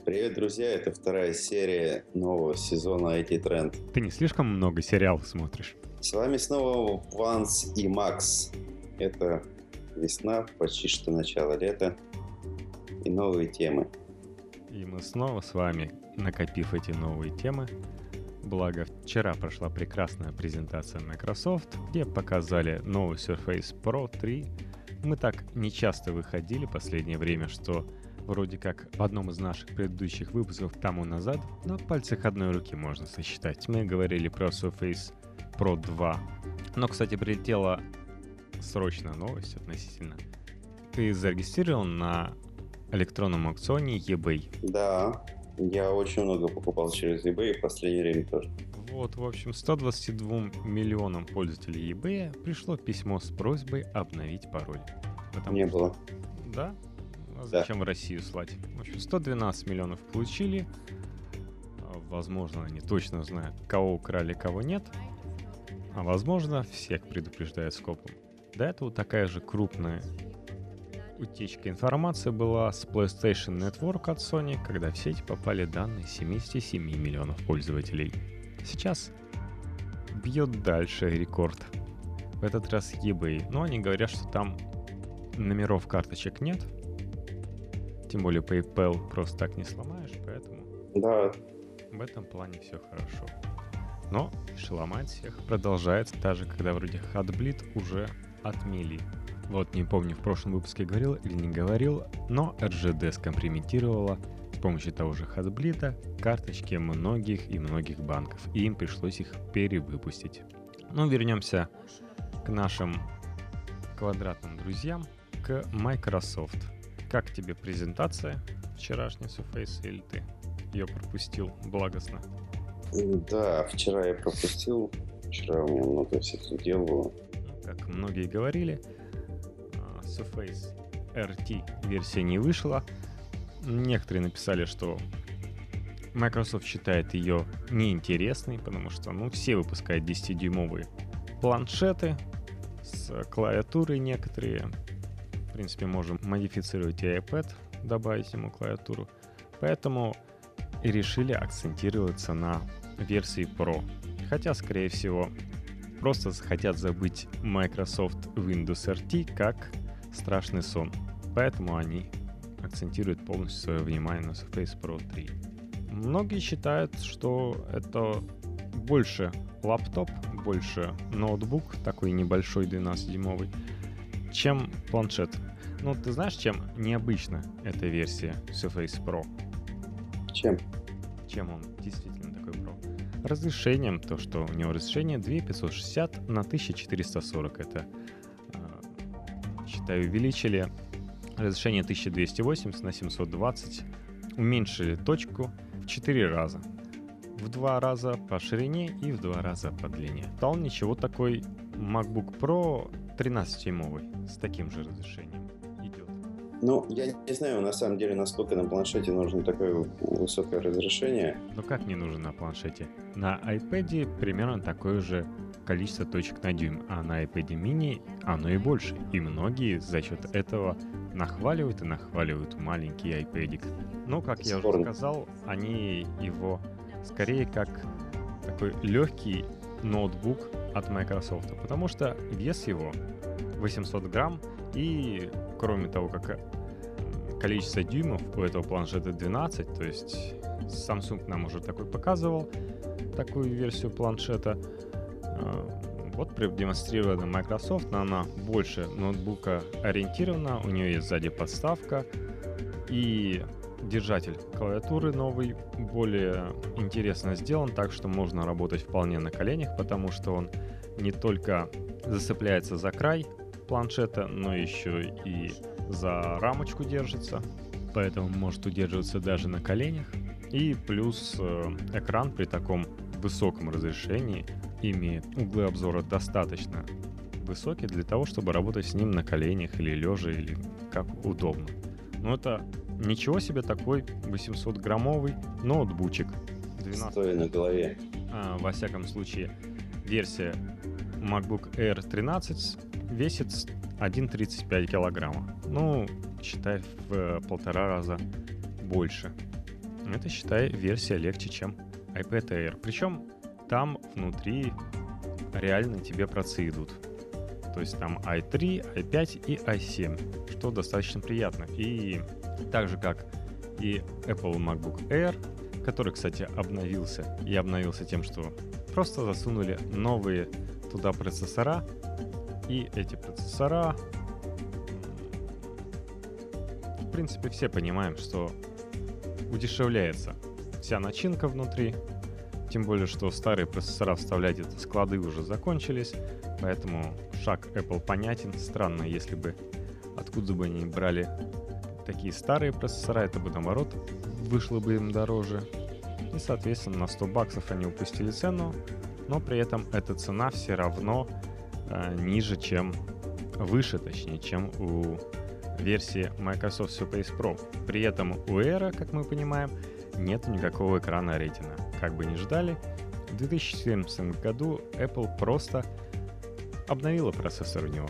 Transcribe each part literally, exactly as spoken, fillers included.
Привет, друзья! Это вторая серия нового сезона ай ти-тренд. Ты не слишком много сериалов смотришь? С вами снова Ванс и Макс. Это весна, почти что начало лета и новые темы. И мы снова с вами, накопив эти новые темы. Благо, вчера прошла прекрасная презентация Microsoft, где показали новый Surface Pro три. Мы так нечасто выходили в последнее время, что вроде как в одном из наших предыдущих выпусков тому назад на пальцах одной руки можно сосчитать. Мы говорили про Surface Pro два. Но, кстати, прилетела срочная новость относительно. Ты зарегистрирован на электронном аукционе eBay? Да, я очень много покупал через eBay в последнее время тоже. Вот, в общем, ста двадцати двум миллионам пользователей eBay пришло письмо с просьбой обновить пароль. Потому Не что... было. Да? А зачем да. в Россию слать? В общем, сто двенадцать миллионов получили. Возможно, они точно знают, кого украли, кого нет. А возможно, всех предупреждают скопом. До этого такая же крупная утечка информации была с PlayStation Network от Sony, когда в сеть попали данные семьдесят семь миллионов пользователей. Сейчас бьет дальше рекорд. В этот раз eBay. Но они говорят, что там номеров карточек нет. Тем более PayPal просто так не сломаешь, поэтому Да. в этом плане все хорошо. Но шеломать всех продолжается, даже когда вроде Heartbleed уже отмели. Вот не помню, в прошлом выпуске говорил или не говорил, но эр джи ди скомпрометировала с помощью того же Heartbleed карточки многих и многих банков, и им пришлось их перевыпустить. Ну, вернемся к нашим квадратным друзьям, к Microsoft. Как тебе презентация вчерашняя Surface, или ты ее пропустил благостно? Да, вчера я пропустил. Вчера у меня много всяких дел было. Как многие говорили, Surface эр ти версия не вышла. Некоторые написали, что Microsoft считает ее неинтересной, потому что ну, все выпускают десятидюймовые планшеты с клавиатурой некоторые. В принципе, можем модифицировать и iPad, добавить ему клавиатуру. Поэтому и решили акцентироваться на версии Pro. Хотя, скорее всего, просто хотят забыть Microsoft Windows эр ти как страшный сон. Поэтому они акцентируют полностью свое внимание на Surface Pro три. Многие считают, что это больше лаптоп, больше ноутбук, такой небольшой двенадцатидюймовый, чем планшет. Ну, ты знаешь, чем необычна эта версия Surface Pro? Чем? Чем он действительно такой Pro? Разрешением, то, что у него разрешение две тысячи пятьсот шестьдесят на тысяча четыреста сорок. Это, считаю, увеличили. Разрешение тысяча двести восемьдесят на семьсот двадцать. Уменьшили точку в четыре раза. В два раза по ширине и в два раза по длине. Дал ничего такой MacBook Pro тринадцатидюймовый с таким же разрешением идет. Ну, я не знаю, на самом деле, насколько на планшете нужно такое высокое разрешение. Ну как не нужно на планшете? На iPad примерно такое же количество точек на дюйм, а на iPad mini оно и больше. И многие за счет этого нахваливают и нахваливают маленький iPadик. Но, как я уже сказал, они его скорее как такой легкий ноутбук от Microsoft, потому что вес его восемьсот грамм, и кроме того, как количество дюймов у этого планшета двенадцать, то есть Samsung нам уже такой показывал, такую версию планшета. Вот продемонстрирована Microsoft, но она больше ноутбука ориентирована, у нее есть сзади подставка и держатель клавиатуры новый, более интересно сделан, так что можно работать вполне на коленях, потому что он не только зацепляется за край планшета, но еще и за рамочку держится, поэтому может удерживаться даже на коленях. И плюс э, экран при таком высоком разрешении имеет углы обзора достаточно высокие для того, чтобы работать с ним на коленях или лежа, или как удобно. Но это ничего себе такой восьмисот-граммовый ноутбучик. двенадцать Стоя на голове. А, во всяком случае, версия MacBook Air тринадцать весит один целых тридцать пять килограмма. Ну, считай, в полтора раза больше. Это, считай, версия легче, чем iPad Air. Причем там внутри реально тебе процы идут. То есть там ай три, ай пять и ай семь, что достаточно приятно. И так же, как и Apple MacBook Air, который, кстати, обновился. И обновился тем, что просто засунули новые туда процессора. И эти процессора... В принципе, все понимаем, что удешевляется вся начинка внутри. Тем более, что старые процессора вставлять, это склады уже закончились. Поэтому шаг Apple понятен. Странно, если бы откуда бы они брали такие старые процессора, это бы наоборот вышло бы им дороже. И, соответственно, на сто баксов они упустили цену, но при этом эта цена все равно э, ниже, чем выше, точнее, чем у версии Microsoft Surface Pro. При этом у Air, как мы понимаем, нет никакого экрана Retina. Как бы ни ждали, в две тысячи четырнадцатом году Apple просто обновила процессор у него.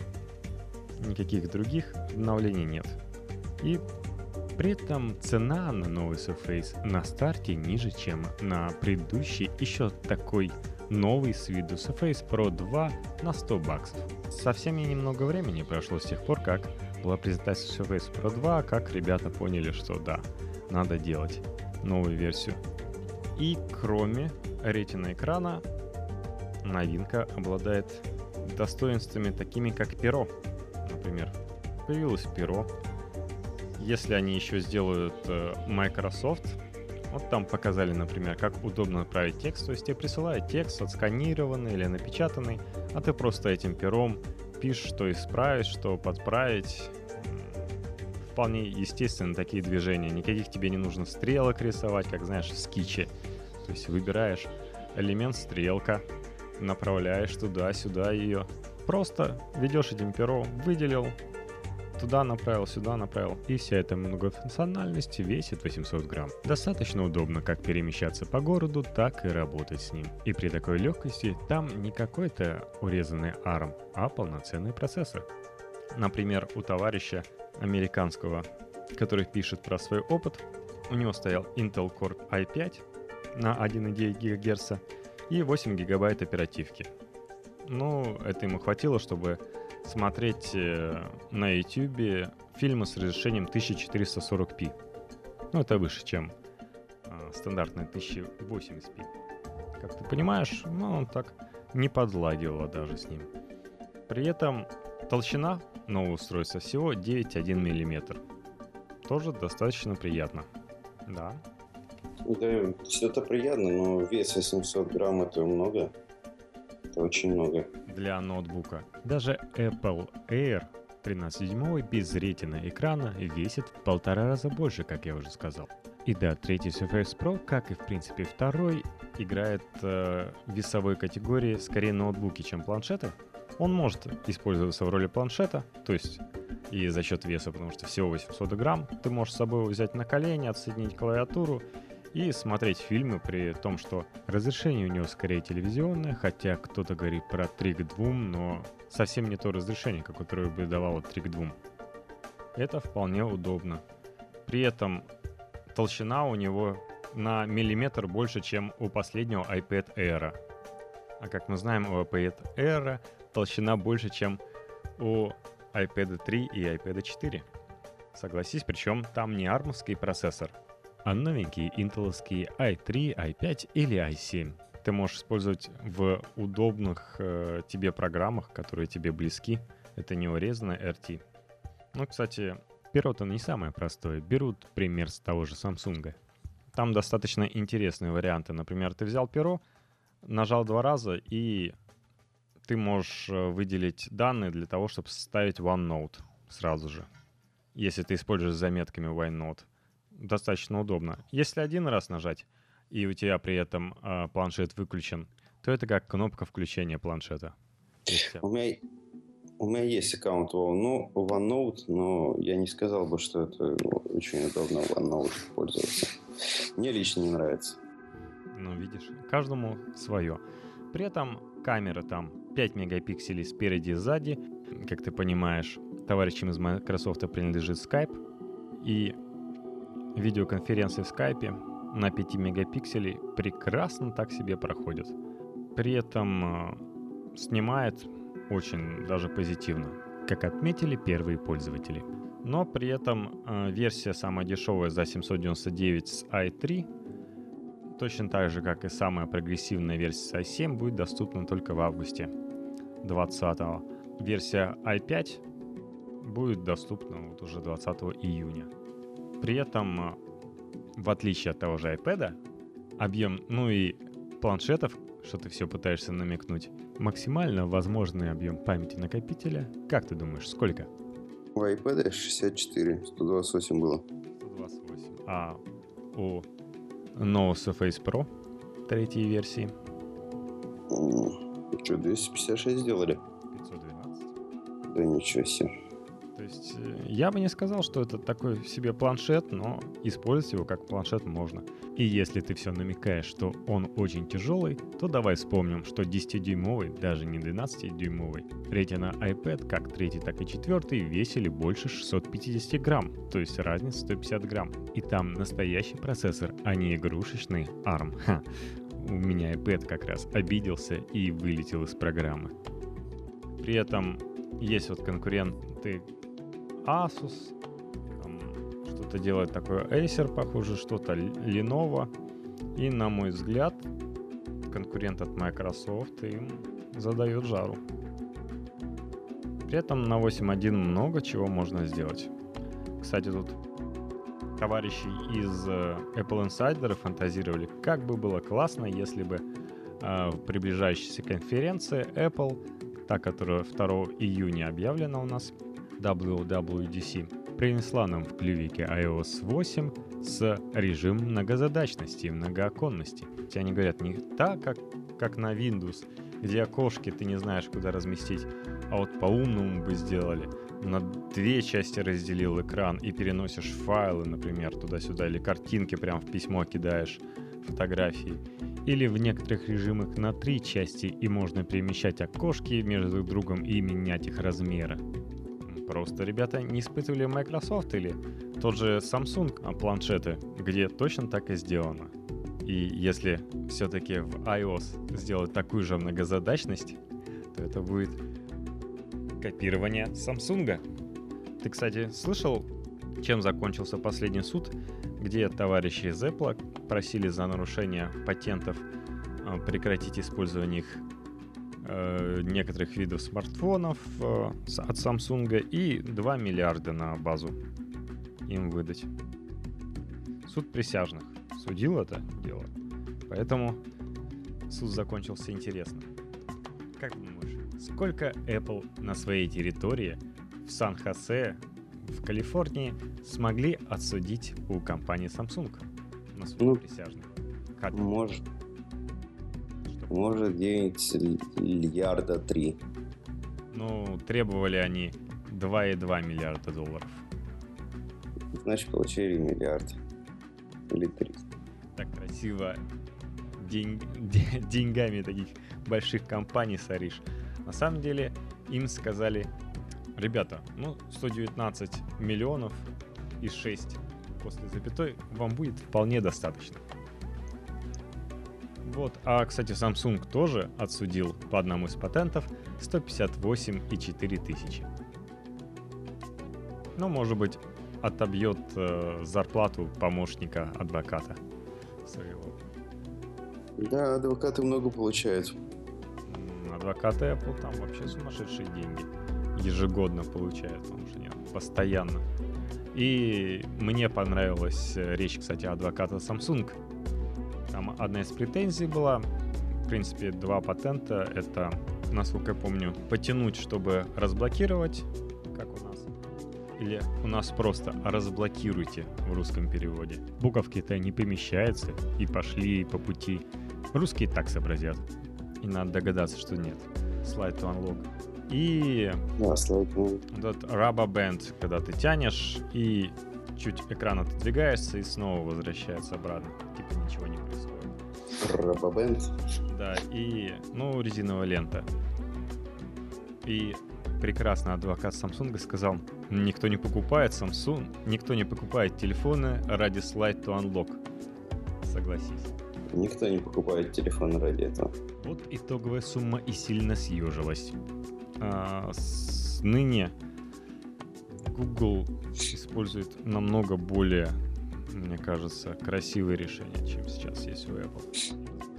Никаких других обновлений нет. И при этом цена на новый Surface на старте ниже, чем на предыдущий, еще такой новый с виду Surface Pro два на сто баксов. Совсем немного времени прошло с тех пор, как была презентация Surface Pro два, как ребята поняли, что да, надо делать новую версию. И кроме Retina экрана, новинка обладает достоинствами такими, как перо. Например, появилось перо. Если они еще сделают э, Microsoft, вот там показали, например, как удобно отправить текст. То есть тебе присылают текст отсканированный или напечатанный, а ты просто этим пером пишешь, что исправить, что подправить. Вполне естественно такие движения. Никаких тебе не нужно стрелок рисовать, как, знаешь, в скетче. То есть выбираешь элемент стрелка, направляешь туда-сюда ее. Просто ведешь этим пером, выделил, туда направил, сюда направил. И вся эта многофункциональность весит восемьсот грамм. Достаточно удобно как перемещаться по городу, так и работать с ним. И при такой легкости там не какой-то урезанный арм, а полноценный процессор. Например, у товарища американского, который пишет про свой опыт, у него стоял Intel Core ай пять на один и девять гигагерца и восемь гигабайт оперативки. Ну, это ему хватило, чтобы смотреть э, на YouTube фильмы с разрешением тысяча четыреста сорок пи. Ну, это выше, чем э, стандартная тысяча восемьдесят пи. Как ты понимаешь, ну, он так не подлагивало даже с ним. При этом толщина нового устройства всего девять целых один миллиметр. Тоже достаточно приятно. Да. Да, все это приятно, но вес восемьсот грамм это много. Это очень много. Для ноутбука. Даже Apple Air тринадцатидюймовый без Retina экрана весит в полтора раза больше, как я уже сказал. И да, третий Surface Pro, как и в принципе второй, играет э, в весовой категории скорее ноутбуки, чем планшеты. Он может использоваться в роли планшета, то есть и за счет веса, потому что всего восемьсот грамм, ты можешь с собой взять на колени, отсоединить клавиатуру и смотреть фильмы, при том, что разрешение у него скорее телевизионное, хотя кто-то говорит про три к двум, но совсем не то разрешение, которое бы давало три к двум. Это вполне удобно. При этом толщина у него на миллиметр больше, чем у последнего iPad Air. А как мы знаем, у iPad Air толщина больше, чем у iPad три и iPad четыре. Согласись, причем там не армовский процессор, а новенькие интеловские ай три, ай пять или ай семь. Ты можешь использовать в удобных э, тебе программах, которые тебе близки. Это не урезанная эр ти. Ну, кстати, перо-то не самое простое. Берут пример с того же Samsung. Там достаточно интересные варианты. Например, ты взял перо, нажал два раза, и ты можешь выделить данные для того, чтобы составить OneNote сразу же. Если ты используешь заметками OneNote. Достаточно удобно. Если один раз нажать, и у тебя при этом э, планшет выключен, то это как кнопка включения планшета. У меня, у меня есть аккаунт в OneNote, но я не сказал бы, что это очень удобно в OneNote пользоваться. Мне лично не нравится. Ну, видишь, каждому свое. При этом камера там пять мегапикселей спереди и сзади. Как ты понимаешь, товарищам из Microsoft принадлежит Skype. И видеоконференции в Skype на пять мегапикселей прекрасно так себе проходит. При этом э, снимает очень даже позитивно, как отметили первые пользователи. Но при этом э, версия самая дешевая за семьсот девяносто девять с ай три, точно так же, как и самая прогрессивная версия с ай семь, будет доступна только в августе двадцатого. Версия ай пять будет доступна вот уже двадцатого июня. При этом, в отличие от того же iPad, объем, ну и планшетов, что ты все пытаешься намекнуть, максимально возможный объем памяти накопителя, как ты думаешь, сколько? У iPad шестьдесят четыре, сто двадцать восемь было. сто двадцать восемь. А у No Surface Pro третьей версии? Что, двести пятьдесят шесть сделали? пятьсот двенадцать. Да ничего себе. То есть я бы не сказал, что это такой себе планшет, но использовать его как планшет можно. И если ты все намекаешь, что он очень тяжелый, то давай вспомним, что десятидюймовый, даже не двенадцатидюймовый, Retina iPad, как третий, так и четвертый, весили больше шестьсот пятьдесят грамм, то есть разница сто пятьдесят грамм. И там настоящий процессор, а не игрушечный арм. Ха. У меня iPad как раз обиделся и вылетел из программы. При этом есть вот конкуренты Asus, там что-то делает такое Acer, похоже, что-то Lenovo. И, на мой взгляд, конкурент от Microsoft им задает жару. При этом на восемь точка один много чего можно сделать. Кстати, тут товарищи из Apple Insider фантазировали, как бы было классно, если бы э, в приближающейся конференции Apple, та, которая второго июня объявлена у нас, дабл ю дабл ю ди си, принесла нам в клювике iOS восемь с режимом многозадачности и многооконности. Хотя они говорят не так, как, как на Windows, где окошки ты не знаешь, куда разместить, а вот по-умному бы сделали. На две части разделил экран и переносишь файлы, например, туда-сюда, или картинки прям в письмо кидаешь, фотографии. Или в некоторых режимах на три части, и можно перемещать окошки между друг другом и менять их размеры. Просто ребята не испытывали Microsoft или тот же Samsung планшеты, где точно так и сделано. И если все-таки в iOS сделать такую же многозадачность, то это будет копирование Samsung. Ты, кстати, слышал, чем закончился последний суд, где товарищи из Apple просили за нарушение патентов прекратить использование их э, некоторых видов смартфонов э, от Samsung и два миллиарда на базу им выдать. Суд присяжных судил это дело, поэтому суд закончился интересно. Как думаешь, сколько Apple на своей территории в Сан-Хосе, в Калифорнии, смогли отсудить у компании Samsung на суде ну, присяжных? Как может, может где-нибудь миллиарда три. Ну, требовали они два и два миллиарда долларов. Значит, получили миллиард. Или три. Так красиво день, деньгами таких больших компаний соришь. На самом деле им сказали: ребята, ну сто девятнадцать миллионов и шесть после запятой вам будет вполне достаточно. Вот, а, кстати, Samsung тоже отсудил по одному из патентов сто пятьдесят восемь и четыре тысячи. Ну, может быть, отобьет э, зарплату помощника адвоката своего. Да, адвокаты много получают. Адвокаты Apple там вообще сумасшедшие деньги ежегодно получают, потому что нет, постоянно. И мне понравилась речь, кстати, адвоката Samsung. Там одна из претензий была, в принципе, два патента. Это, насколько я помню, потянуть, чтобы разблокировать, как у нас. Или у нас просто разблокируйте в русском переводе. Буковки-то не помещаются и пошли по пути. Русские так сообразят. И надо догадаться, что нет. Slide to unlock. И да, slide to... этот rubber band, когда ты тянешь и чуть экран отодвигаешься и снова возвращается обратно. Типа ничего не происходит. Rubber band. Да, и, ну, резиновая лента. И прекрасно адвокат Samsung сказал: никто не покупает Samsung, никто не покупает телефоны ради slide to unlock. согласись. Никто не покупает телефон ради этого. Вот итоговая сумма и сильно съежилась. А, с ныне Google использует намного более, мне кажется, красивые решения, чем сейчас есть у Apple.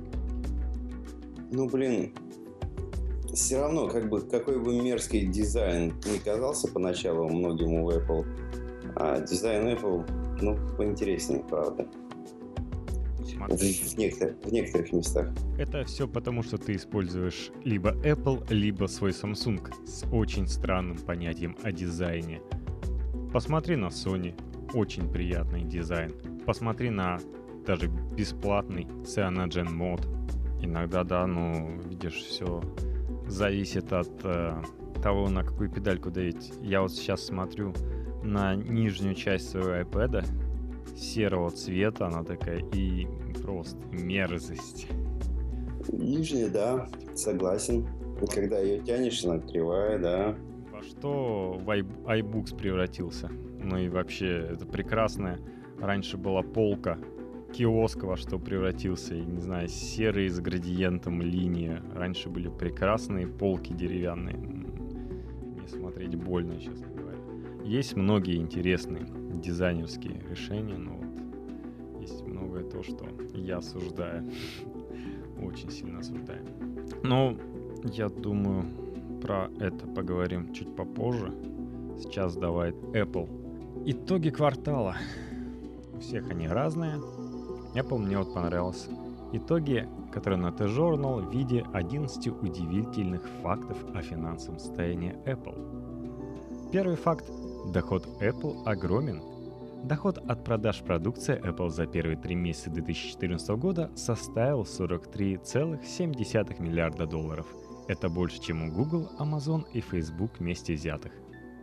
Ну, блин, все равно, как бы, какой бы мерзкий дизайн не казался поначалу многим у Apple, а дизайн Apple, ну, поинтереснее, правда. В, в, некотор- в некоторых местах. Это все потому, что ты используешь либо Apple, либо свой Samsung с очень странным понятием о дизайне. Посмотри на Sony, очень приятный дизайн. Посмотри на даже бесплатный Cyanogen Mod. Иногда, да, ну, видишь, все зависит от э, того, на какую педальку давить. Я вот сейчас смотрю на нижнюю часть своего iPad, серого цвета она такая, и просто мерзость. Нижняя, да, согласен. Когда ее тянешь, она кривая, да. Во что в iBooks превратился? Ну и вообще, это прекрасная. Раньше была полка, киоск во что превратился, и, не знаю, серый с градиентом линия. Раньше были прекрасные полки деревянные. Не смотреть больно, честно говоря. Есть многие интересные дизайнерские решения, но вот есть многое то, что я осуждаю. Очень сильно осуждаю. Но я думаю, про это поговорим чуть попозже. Сейчас давай Apple. Итоги квартала. У всех они разные. Apple мне вот понравился. Итоги, которые на T-Journal в виде одиннадцати удивительных фактов о финансовом состоянии Apple. Первый факт. Доход Apple огромен. Доход от продаж продукции Apple за первые три месяца две тысячи четырнадцатого года составил сорок три целых семь десятых миллиарда долларов. Это больше, чем у Google, Amazon и Facebook вместе взятых.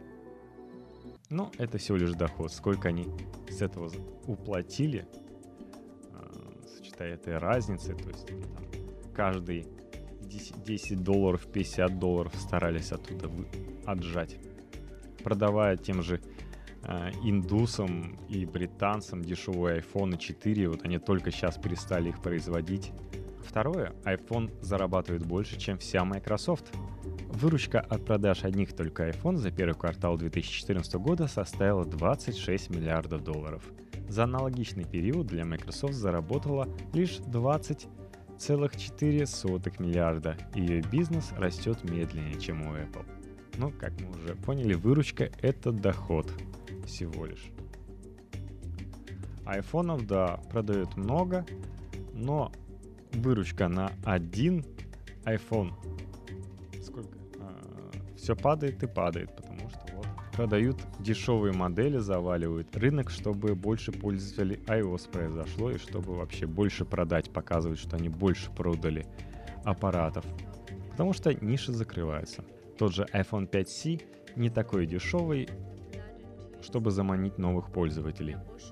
Но это всего лишь доход. Сколько они с этого уплатили, сочетая этой разницей, то есть там, каждый десять долларов, пятьдесят долларов старались оттуда отжать. Продавая тем же э, индусам и британцам дешевые айфон четыре, вот они только сейчас перестали их производить. Второе, iPhone зарабатывает больше, чем вся Microsoft. Выручка от продаж одних только iPhone за первый квартал две тысячи четырнадцатого года составила двадцать шесть миллиардов долларов. За аналогичный период для Microsoft заработала лишь двадцать целых четыре сотых миллиарда. Ее бизнес растет медленнее, чем у Apple. Но, как мы уже поняли, выручка — это доход всего лишь. Айфонов, да, продают много, но выручка на один iPhone сколько? А, все падает и падает, потому что вот продают дешевые модели, заваливают рынок, чтобы больше пользователей iOS произошло и чтобы вообще больше продать, показывать, что они больше продали аппаратов, потому что ниши закрываются. Тот же iPhone пять си не такой дешевый, чтобы заманить новых пользователей.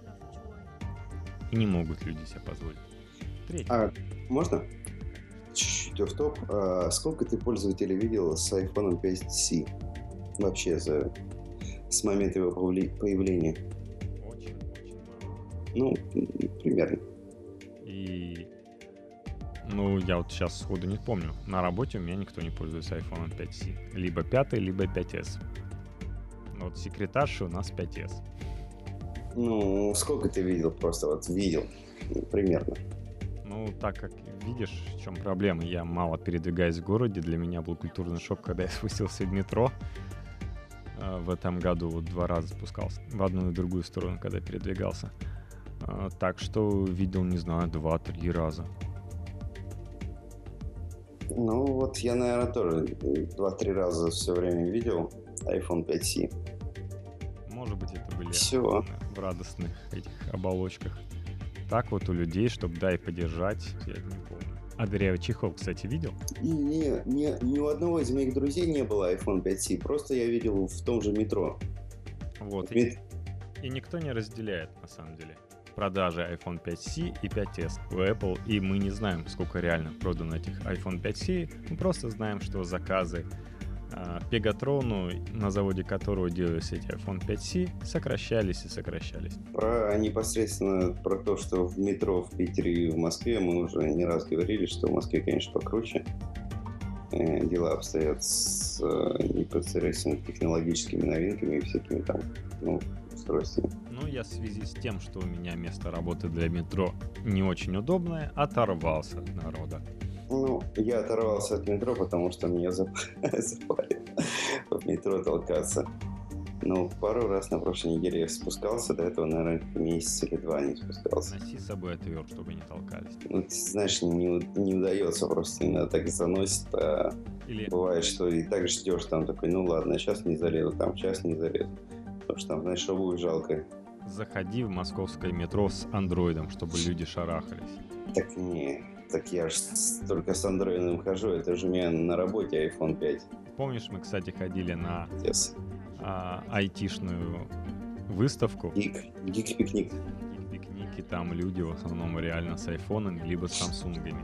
И не могут люди себе позволить. Третий. А, можно? Чуть-чуть офф-топ. А сколько ты пользователей видел с iPhone пять си? Вообще за... с момента его появления? Очень-очень мало. Ну, примерно. И... Ну, я вот сейчас сходу не помню. На работе у меня никто не пользуется iPhone пять си. Либо пять, либо пять эс. Но вот секретарши у нас пять эс. Ну, сколько ты видел? Просто вот видел. Примерно. Ну, так как видишь, в чем проблема. Я мало передвигаюсь в городе. Для меня был культурный шок, когда я спустился в метро. В этом году вот два раза спускался. В одну и в другую сторону, когда передвигался. Так что видел, не знаю, два-три раза. Ну, вот я, наверное, тоже два-три раза все время видел iPhone пять си. Может быть, это были Все. в радостных этих оболочках. Так вот у людей, чтобы, да, и подержать, я не помню. А дырявый чехол, кстати, видел? И не, не, ни у одного из моих друзей не было iPhone пять си. Просто я видел в том же метро. Вот. В И, мет... и никто не разделяет, на самом деле, продажи iPhone пять си и пять эс у Apple. И мы не знаем, сколько реально продано этих iPhone пять си. Мы просто знаем, что заказы Пегатрону, на заводе которого делались эти айфон пять си, сокращались и сокращались. Про непосредственно про то, что в метро в Питере и в Москве мы уже не раз говорили, что в Москве, конечно, покруче. Дела обстоят с непосредственно технологическими новинками и всякими там, ну, устройствами. Ну, я в связи с тем, что у меня место работы для метро не очень удобное, оторвался от народа. Ну, я оторвался от метро, потому что меня запали в метро толкаться. Ну, пару раз на прошлой неделе я спускался, до этого, наверное, месяц или два не спускался. Носи с собой отвер, чтобы не толкались. Ну, ты знаешь, не, не удается просто, иногда так заносит, а Или... бывает, что и так ждешь, там такой, ну ладно, сейчас не залезу, там сейчас не залезу. Потому что там, знаешь, что будет жалко. Заходи в московское метро с андроидом, чтобы люди шарахались. Так не, так я же только с андроидом хожу, это же у меня на работе айфон пять. Помнишь, мы, кстати, ходили на yes. а, айтишную выставку? Гик, гик-пикник. Гик-пикник, и там люди в основном реально с айфонами, либо с самсунгами.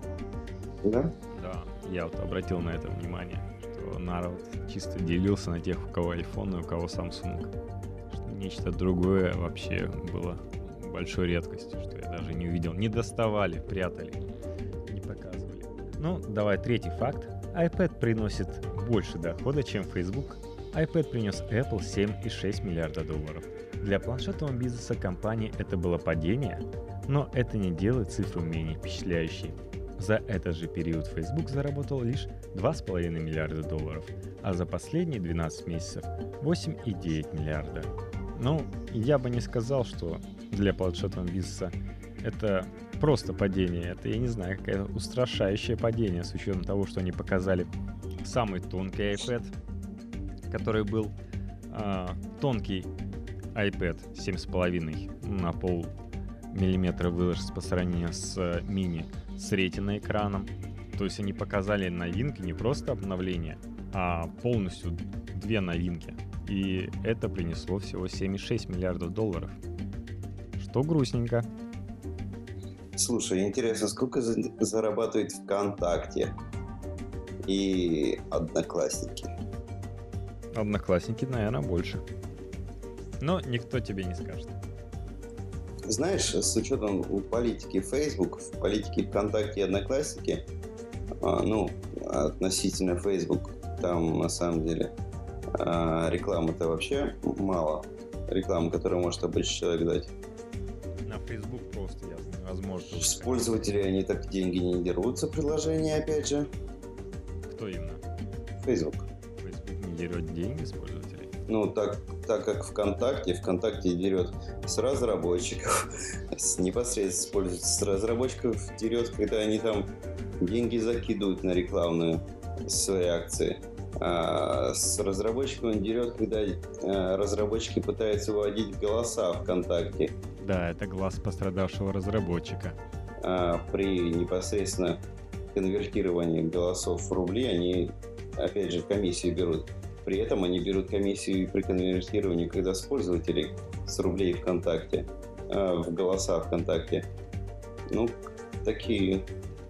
Да? Да, я вот обратил на это внимание, что народ чисто делился на тех, у кого айфон и у кого Samsung. Что нечто другое вообще было большой редкостью, что я даже не увидел. Не доставали, прятали, не показывали. Ну, давай третий факт. iPad приносит больше дохода, чем Facebook. iPad принес Apple семь целых шесть десятых миллиарда долларов. Для планшетного бизнеса компании это было падение, но это не делает цифру менее впечатляющей. За этот же период Facebook заработал лишь два целых пять десятых миллиарда долларов, а за последние двенадцать месяцев восемь целых девять десятых миллиарда. Ну, я бы не сказал, что для планшетного бизнеса это просто падение. Это, я не знаю, какое устрашающее падение, с учетом того, что они показали самый тонкий iPad, который был э, тонкий iPad семь с половиной на пол миллиметра выше по сравнению с э, мини с ретино-экраном. То есть они показали новинки, не просто обновления, а полностью две новинки. И это принесло всего семь целых шесть десятых миллиардов долларов. Что грустненько. Слушай, интересно, сколько за- зарабатывает ВКонтакте и Одноклассники? Одноклассники, наверное, больше. Но никто тебе не скажет. Знаешь, с учетом политики Facebook, политики ВКонтакте и Одноклассники, а, ну, относительно Facebook, там на самом деле а, рекламы-то вообще мало. Рекламы, которую может обычный человек дать. На Facebook просто ясно, невозможно. С пользователей они так деньги не дерут за приложение, опять же. Кто именно? Facebook. Facebook не дерет деньги с пользователей? Ну, так, так как ВКонтакте, ВКонтакте дерет с разработчиков, с непосредственно с пользователей, с разработчиков дерет, когда они там деньги закидывают на рекламную свои акции. А с разработчиком он дерет, когда а, разработчики пытаются выводить голоса ВКонтакте. Да, это глаз пострадавшего разработчика. А при непосредственно конвертировании голосов в рубли они, опять же, комиссию берут. При этом они берут комиссию при конвертировании, когда с пользователей с рублей ВКонтакте, а, в голоса ВКонтакте. Ну, такие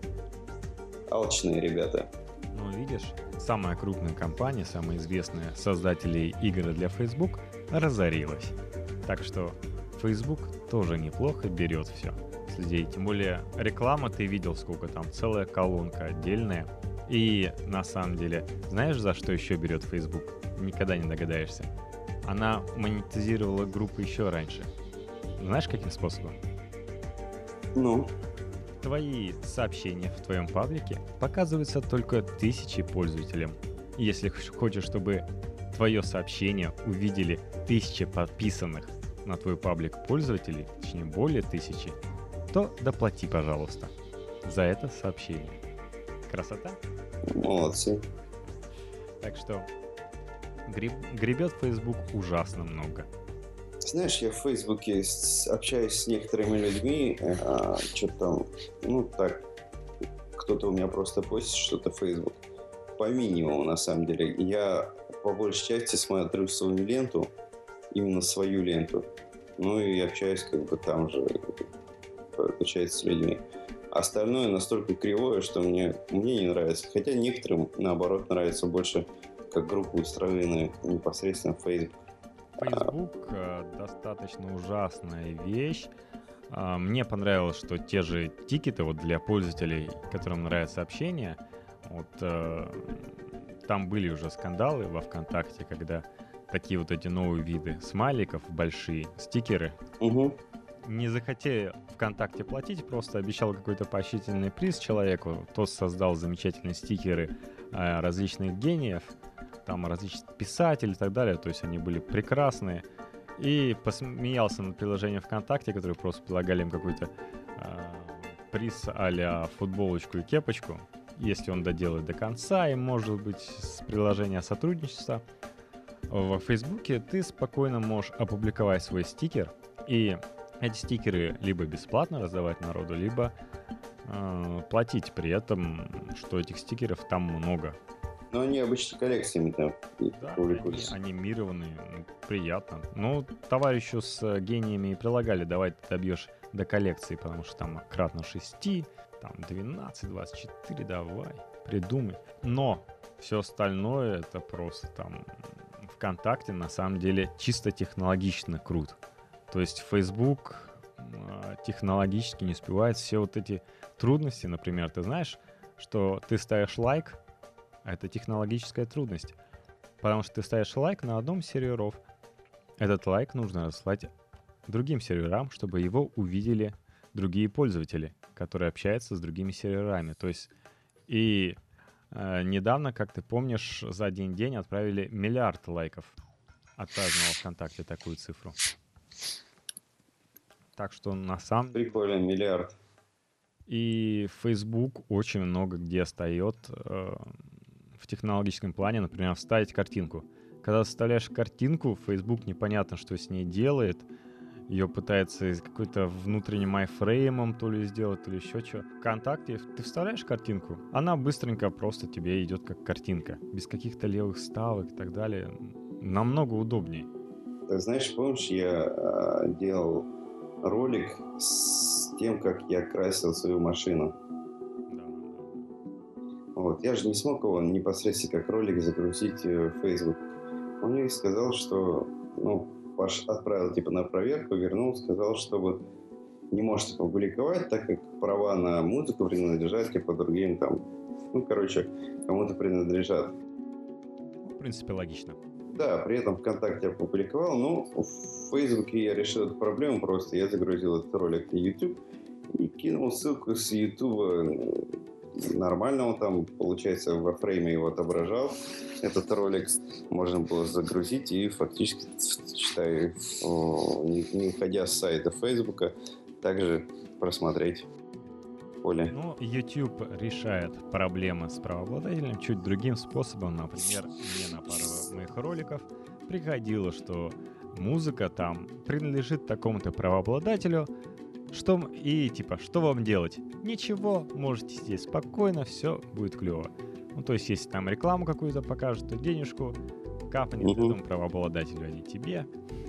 алчные ребята. Ну, видишь, самая крупная компания, самая известная создатели игр для Facebook разорилась. Так что Facebook тоже неплохо берет все с людей. Тем более реклама, ты видел, сколько там, целая колонка отдельная. И на самом деле, знаешь, за что еще берет Facebook? Никогда не догадаешься. Она монетизировала группу еще раньше. Знаешь, каким способом? Ну? Твои сообщения в твоем паблике показываются только тысячи пользователям. Если хочешь, чтобы твое сообщение увидели тысячи подписанных на твой паблик пользователей, точнее более тысячи, то доплати, пожалуйста, за это сообщение. Красота? Молодцы. Так что греб, гребет Facebook ужасно много. Знаешь, я в Фейсбуке с, общаюсь с некоторыми людьми, а, что-то там, ну так, кто-то у меня просто постит что-то в Фейсбук. По минимуму, на самом деле. Я по большей части смотрю свою ленту, именно свою ленту. Ну и общаюсь как бы там же, получается, с людьми. Остальное настолько кривое, что мне, мне не нравится. Хотя некоторым, наоборот, нравится больше как группа, устроены непосредственно в Facebook. Facebook э, достаточно ужасная вещь. А, Мне понравилось, что те же тикеты вот для пользователей, которым нравится общение, вот э, там были уже скандалы во ВКонтакте, когда такие вот эти новые виды смайликов, большие стикеры, Угу. не захотели ВКонтакте платить, просто обещал какой-то поощрительный приз человеку, тот создал замечательные стикеры э, различных гениев, там различных писателей и так далее, то есть они были прекрасные, и посмеялся над приложением ВКонтакте, которые просто предлагали им какой-то э, приз а-ля футболочку и кепочку, если он доделает до конца, и может быть с приложения сотрудничества. В Фейсбуке ты спокойно можешь опубликовать свой стикер, и эти стикеры либо бесплатно раздавать народу, либо э, платить при этом, что этих стикеров там много. Но они обычно коллекциями там Да, они публикуются. анимированные, ну, приятно. Ну, товарищу с гениями и прилагали, давай ты добьешь до коллекции, потому что там кратно шести, там двенадцать, двадцать четыре, давай, придумай. Но все остальное это просто там ВКонтакте на самом деле чисто технологично крут. То есть Facebook э, технологически не успевает все вот эти трудности. Например, ты знаешь, что ты ставишь лайк, а это технологическая трудность. Потому что ты ставишь лайк на одном из серверов. Этот лайк нужно разслать другим серверам, чтобы его увидели другие пользователи, которые общаются с другими серверами. То есть и э, недавно, как ты помнишь, за один день отправили миллиард лайков. Отпраздновал ВКонтакте такую цифру. Так что на самом деле... Прикольно, миллиард. И Facebook очень много где встает э, в технологическом плане, например, вставить картинку. Когда вставляешь картинку, Facebook непонятно, что с ней делает. Ее пытается с какой-то внутренним айфреймом то ли сделать, то ли еще что. ВКонтакте ты вставляешь картинку, она быстренько просто тебе идет как картинка. Без каких-то левых вставок и так далее. Намного удобнее. Ты знаешь, помнишь, я а, делал ролик с тем, как я красил свою машину. Да, Вот. Я же не смог его непосредственно как ролик загрузить в Facebook. Он мне сказал, что, ну, Паш отправил типа на проверку, вернул, сказал, что вот не можете публиковать, так как права на музыку принадлежат типа другим там, ну, короче, кому-то принадлежат. в принципе, логично. Да, при этом ВКонтакте я опубликовал, но в Фейсбуке я решил эту проблему просто. Я загрузил этот ролик на YouTube и кинул ссылку с YouTube. Нормально он там, получается, во фрейме его отображал. Этот ролик можно было загрузить и фактически, считай, не, не уходя с сайта Фейсбука, также просмотреть поле. Ну, YouTube решает проблемы с правообладателем чуть другим способом. Например, мне на пару моих роликов приходило, что музыка там принадлежит такому-то правообладателю, что и типа, что вам делать? Ничего, можете сидеть спокойно, все будет клево. Ну, то есть, если там рекламу какую-то покажут, то денежку капнет Мгм. этому правообладателю, а не тебе.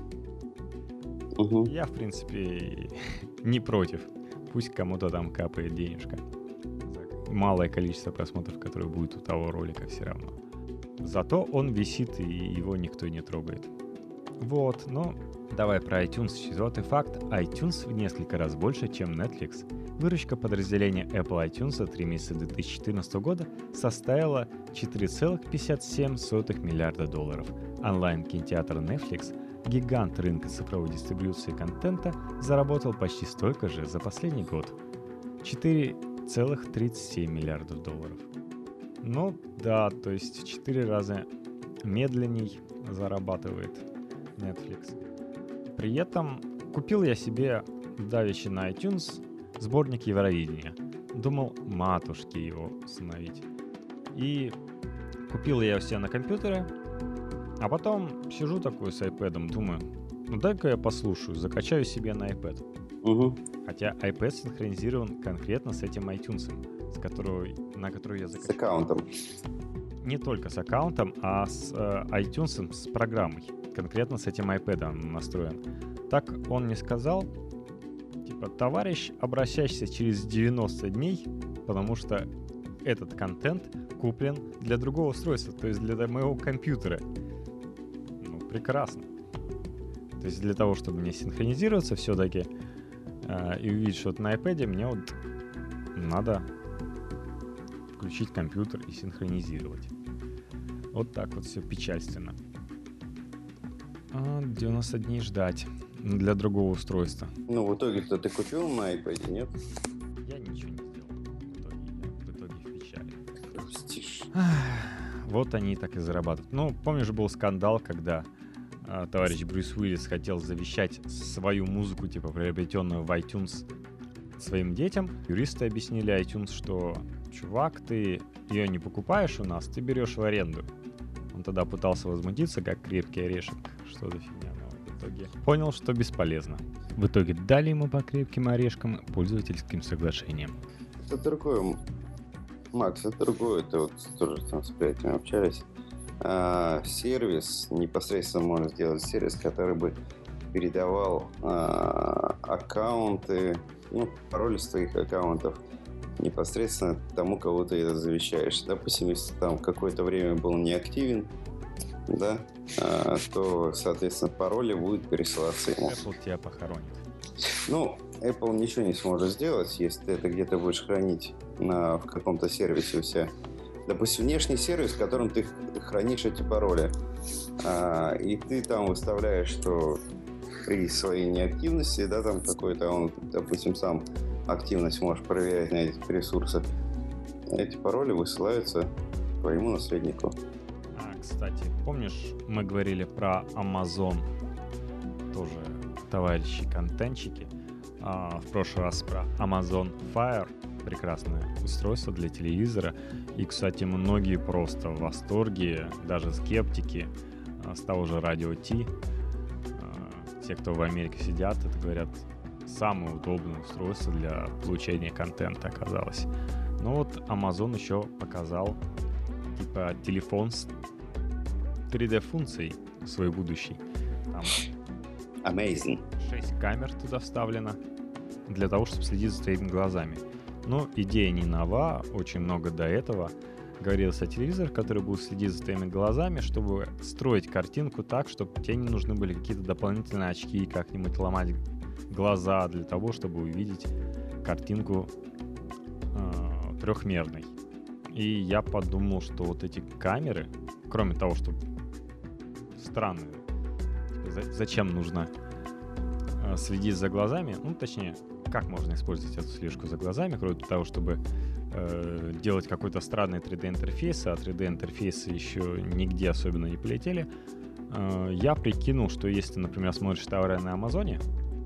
Угу. Я, в принципе, не против. Пусть кому-то там капает денежка. За малое количество просмотров, которое будет у того ролика все равно. Зато он висит, и его никто не трогает. Вот, ну, давай про iTunes. Четвертый факт. iTunes в несколько раз больше, чем Netflix. Выручка подразделения Apple iTunes за три месяца две тысячи четырнадцатого года составила четыре целых пятьдесят семь сотых миллиарда долларов. Онлайн-кинотеатр Netflix, гигант рынка цифровой дистрибьюции контента, заработал почти столько же за последний год. четыре целых тридцать семь миллиардов долларов. Ну да, то есть в четыре раза медленней зарабатывает Netflix. При этом купил я себе давеча на iTunes сборник Евровидения. Думал, матушки его установить. И купил я его себе на компьютере, а потом сижу такой с iPad'ом, думаю, ну дай-ка я послушаю, закачаю себе на iPad. Угу. Хотя iPad синхронизирован конкретно с этим iTunes, с которого, на который я С закачал. аккаунтом. Не только с аккаунтом, а с э, iTunes, с программой. Конкретно с этим iPad настроен. Так он мне сказал, типа, товарищ, обращайся через девяносто дней, потому что этот контент куплен для другого устройства, то есть для моего компьютера. Ну, прекрасно. То есть для того, чтобы мне синхронизироваться все-таки э, и увидеть что-то на iPad, мне вот надо включить компьютер и синхронизировать. Вот так вот все печальственно. А, девяносто дней ждать для другого устройства. Ну, в итоге-то ты купил на iPad, нет? Я ничего не сделал. В итоге, я в итоге в печали. Грустишь. Вот они и так и зарабатывают. Ну, помнишь, был скандал, когда а, товарищ Брюс Уиллис хотел завещать свою музыку, типа приобретенную в iTunes, своим детям. Юристы объяснили iTunes, что чувак, ты ее не покупаешь у нас, ты берешь в аренду. Он тогда пытался возмутиться, как крепкий орешек. Что за фигня? Но в итоге понял, что бесполезно. В итоге дали ему по крепким орешкам пользовательским соглашением. Это другое, Макс, это другое. Это вот тоже там с приятелями общались. А, сервис, непосредственно можно сделать сервис, который бы передавал а, аккаунты, ну, пароли с твоих аккаунтов непосредственно тому, кого ты это завещаешь. Допустим, если там какое-то время был неактивен, да, а, то, соответственно, пароли будут пересылаться ему. Apple тебя похоронит. Ну, Apple ничего не сможет сделать, если ты это где-то будешь хранить на, в каком-то сервисе у себя. Допустим, внешний сервис, в котором ты хранишь эти пароли. А, и ты там выставляешь, что при своей неактивности, да, там какой-то он, допустим, сам активность можешь проверять на этих ресурсах. Эти пароли высылаются твоему наследнику. А, кстати, помнишь, мы говорили про Amazon, тоже товарищи-контентчики, а, в прошлый раз про Amazon Fire, прекрасное устройство для телевизора. И, кстати, многие просто в восторге, даже скептики а, с того же Radio T, а, те, кто в Америке сидят, это говорят, самое удобное устройство для получения контента оказалось. Но вот Amazon еще показал типа телефон с три дэ-функцией свой будущий. Там Amazing. шесть камер туда вставлено для того, чтобы следить за твоими глазами. Но идея не нова, очень много до этого говорилось о телевизорах, которые будут следить за твоими глазами, чтобы строить картинку так, чтобы тебе не нужны были какие-то дополнительные очки, как-нибудь ломать глаза для того, чтобы увидеть картинку э, трехмерной. И я подумал, что вот эти камеры, кроме того, что странные, за- зачем нужно э, следить за глазами, ну, точнее, как можно использовать эту слежку за глазами, кроме того, чтобы э, делать какой-то странный три дэ-интерфейс, а три дэ-интерфейсы еще нигде особенно не полетели, э, я прикинул, что если, например, смотришь товары на Амазоне,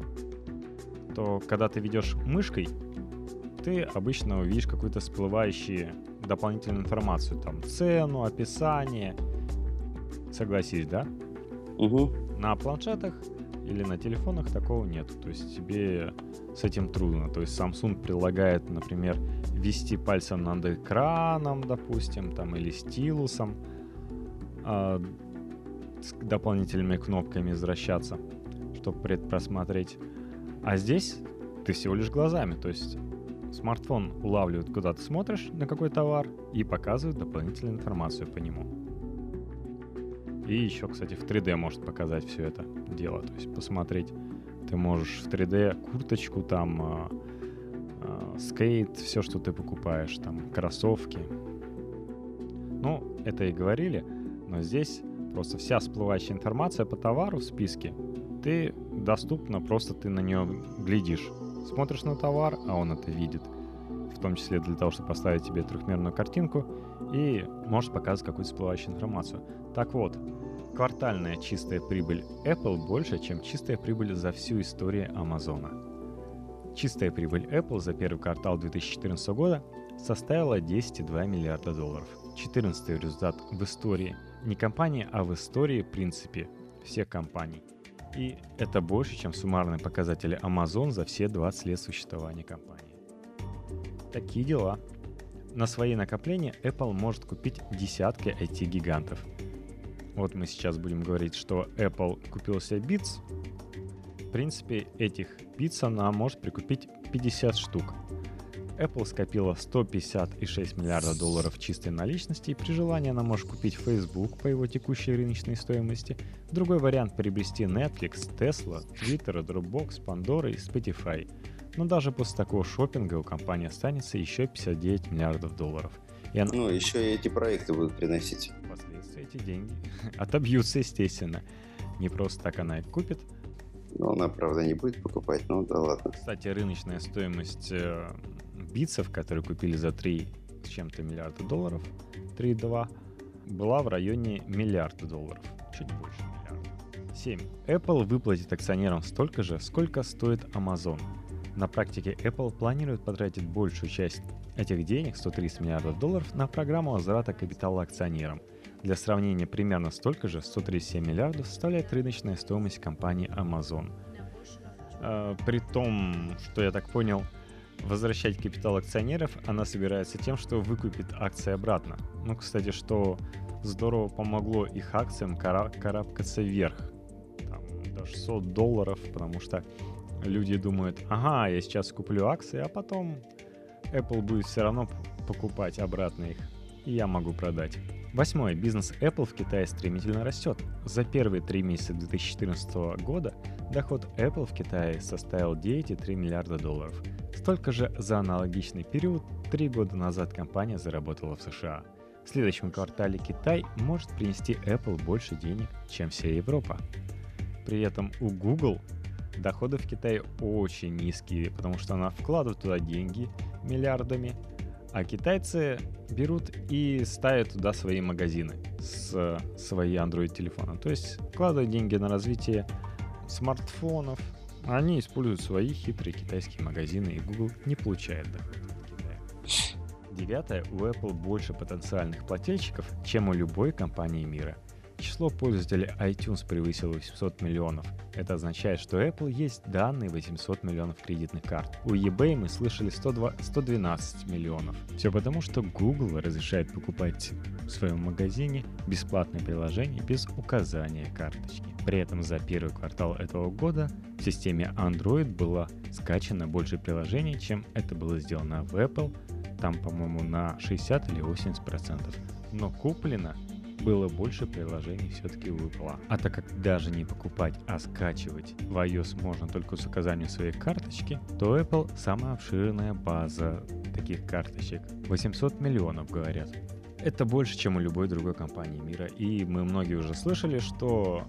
то когда ты ведешь мышкой, ты обычно увидишь какую-то всплывающую дополнительную информацию, там, цену, описание. Согласись, да? Угу. На планшетах или на телефонах такого нет. То есть тебе с этим трудно. То есть Samsung предлагает, например, вести пальцем над экраном, допустим, там, или стилусом, а, с дополнительными кнопками возвращаться, чтобы предпросмотреть. А здесь ты всего лишь глазами, то есть смартфон улавливает, куда ты смотришь на какой товар, и показывает дополнительную информацию по нему. И еще, кстати, в три дэ может показать все это дело, то есть посмотреть. Ты можешь в три дэ курточку, там, э, э, скейт, все, что ты покупаешь, там, кроссовки. Ну, это и говорили, но здесь просто вся всплывающая информация по товару в списке, ты доступна, просто ты на нее глядишь. Смотришь на товар, а он это видит. В том числе для того, чтобы поставить тебе трехмерную картинку и может показывать какую-то всплывающую информацию. Так вот, квартальная чистая прибыль Apple больше, чем чистая прибыль за всю историю Амазона. Чистая прибыль Apple за первый квартал две тысячи четырнадцатого года составила десять целых два десятых миллиарда долларов. четырнадцатый результат в истории не компании, а в истории, в принципе, всех компаний. И это больше, чем суммарные показатели Amazon за все двадцать лет существования компании. Такие дела. На свои накопления Apple может купить десятки ай ти-гигантов. Вот мы сейчас будем говорить, что Apple купил себе Beats. В принципе, этих Beats она может прикупить пятьдесят штук. Apple скопила сто пятьдесят и шесть миллиардов долларов чистой наличности, и при желании она может купить Facebook по его текущей рыночной стоимости. Другой вариант — приобрести Netflix, Tesla, Twitter, Dropbox, Pandora и Spotify. Но даже после такого шопинга у компании останется еще пятьдесят девять миллиардов долларов. И она... Ну, еще и эти проекты будут приносить. Впоследствии эти деньги отобьются, естественно. Не просто так она их купит. Ну, она, правда, не будет покупать, ну да ладно. Кстати, рыночная стоимость э, битсов, которые купили за три с чем-то миллиарда долларов, три целых два, была в районе миллиарда долларов. Чуть больше миллиарда. семь. Apple выплатит акционерам столько же, сколько стоит Amazon. На практике Apple планирует потратить большую часть этих денег, сто тридцать миллиардов долларов, на программу возврата капитала акционерам. Для сравнения, примерно столько же, сто тридцать семь миллиардов, составляет рыночная стоимость компании Amazon. Э, при том, что я так понял, возвращать капитал акционеров она собирается тем, что выкупит акции обратно. Ну, кстати, что здорово помогло их акциям кара- карабкаться вверх. Там, до шестьсот долларов, потому что люди думают: ага, я сейчас куплю акции, а потом Apple будет все равно покупать обратно их, и я могу продать. Восьмое. Бизнес Apple в Китае стремительно растет. За первые три месяца две тысячи четырнадцатого года доход Apple в Китае составил девять целых три миллиарда долларов. Столько же за аналогичный период три года назад компания заработала в США. В следующем квартале Китай может принести Apple больше денег, чем вся Европа. При этом у Google доходы в Китае очень низкие, потому что она вкладывает туда деньги миллиардами, а китайцы берут и ставят туда свои магазины с свои Android-телефоны. То есть вкладывают деньги на развитие смартфонов, а они используют свои хитрые китайские магазины, и Google не получает доход от Китая. Девятое. У Apple больше потенциальных плательщиков, чем у любой компании мира. Число пользователей iTunes превысило восемьсот миллионов. Это означает, что у Apple есть данные восемьсот миллионов кредитных карт. У eBay мы слышали сто двенадцать миллионов. Все потому, что Google разрешает покупать в своем магазине бесплатное приложение без указания карточки. При этом за первый квартал этого года в системе Android было скачано больше приложений, чем это было сделано в Apple. Там, по-моему, на шестьдесят или восемьдесят процентов. Но куплено было больше приложений все-таки у Apple. А так как даже не покупать, а скачивать в iOS можно только с указанием своей карточки, то у Apple самая обширная база таких карточек. восемьсот миллионов, говорят. Это больше, чем у любой другой компании мира. И мы многие уже слышали, что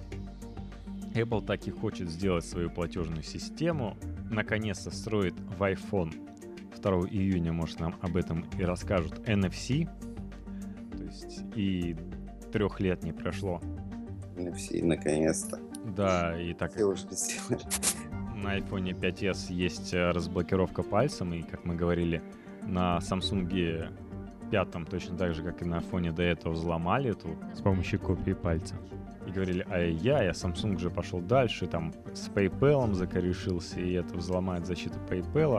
Apple так и хочет сделать свою платежную систему. Наконец-то строит в iPhone. второго июня, может, нам об этом и расскажут, эн эф си. То есть и трех лет не прошло. эн эф си, наконец-то. Да, и так Все уже сделали. На iPhone пять эс есть разблокировка пальцем, и, как мы говорили, на Samsung пять точно так же, как и на iPhone до этого, взломали эту с помощью копии пальца. И говорили: ай-яй, а Samsung же пошел дальше, там с PayPal закорешился, и это взломает защиту PayPal.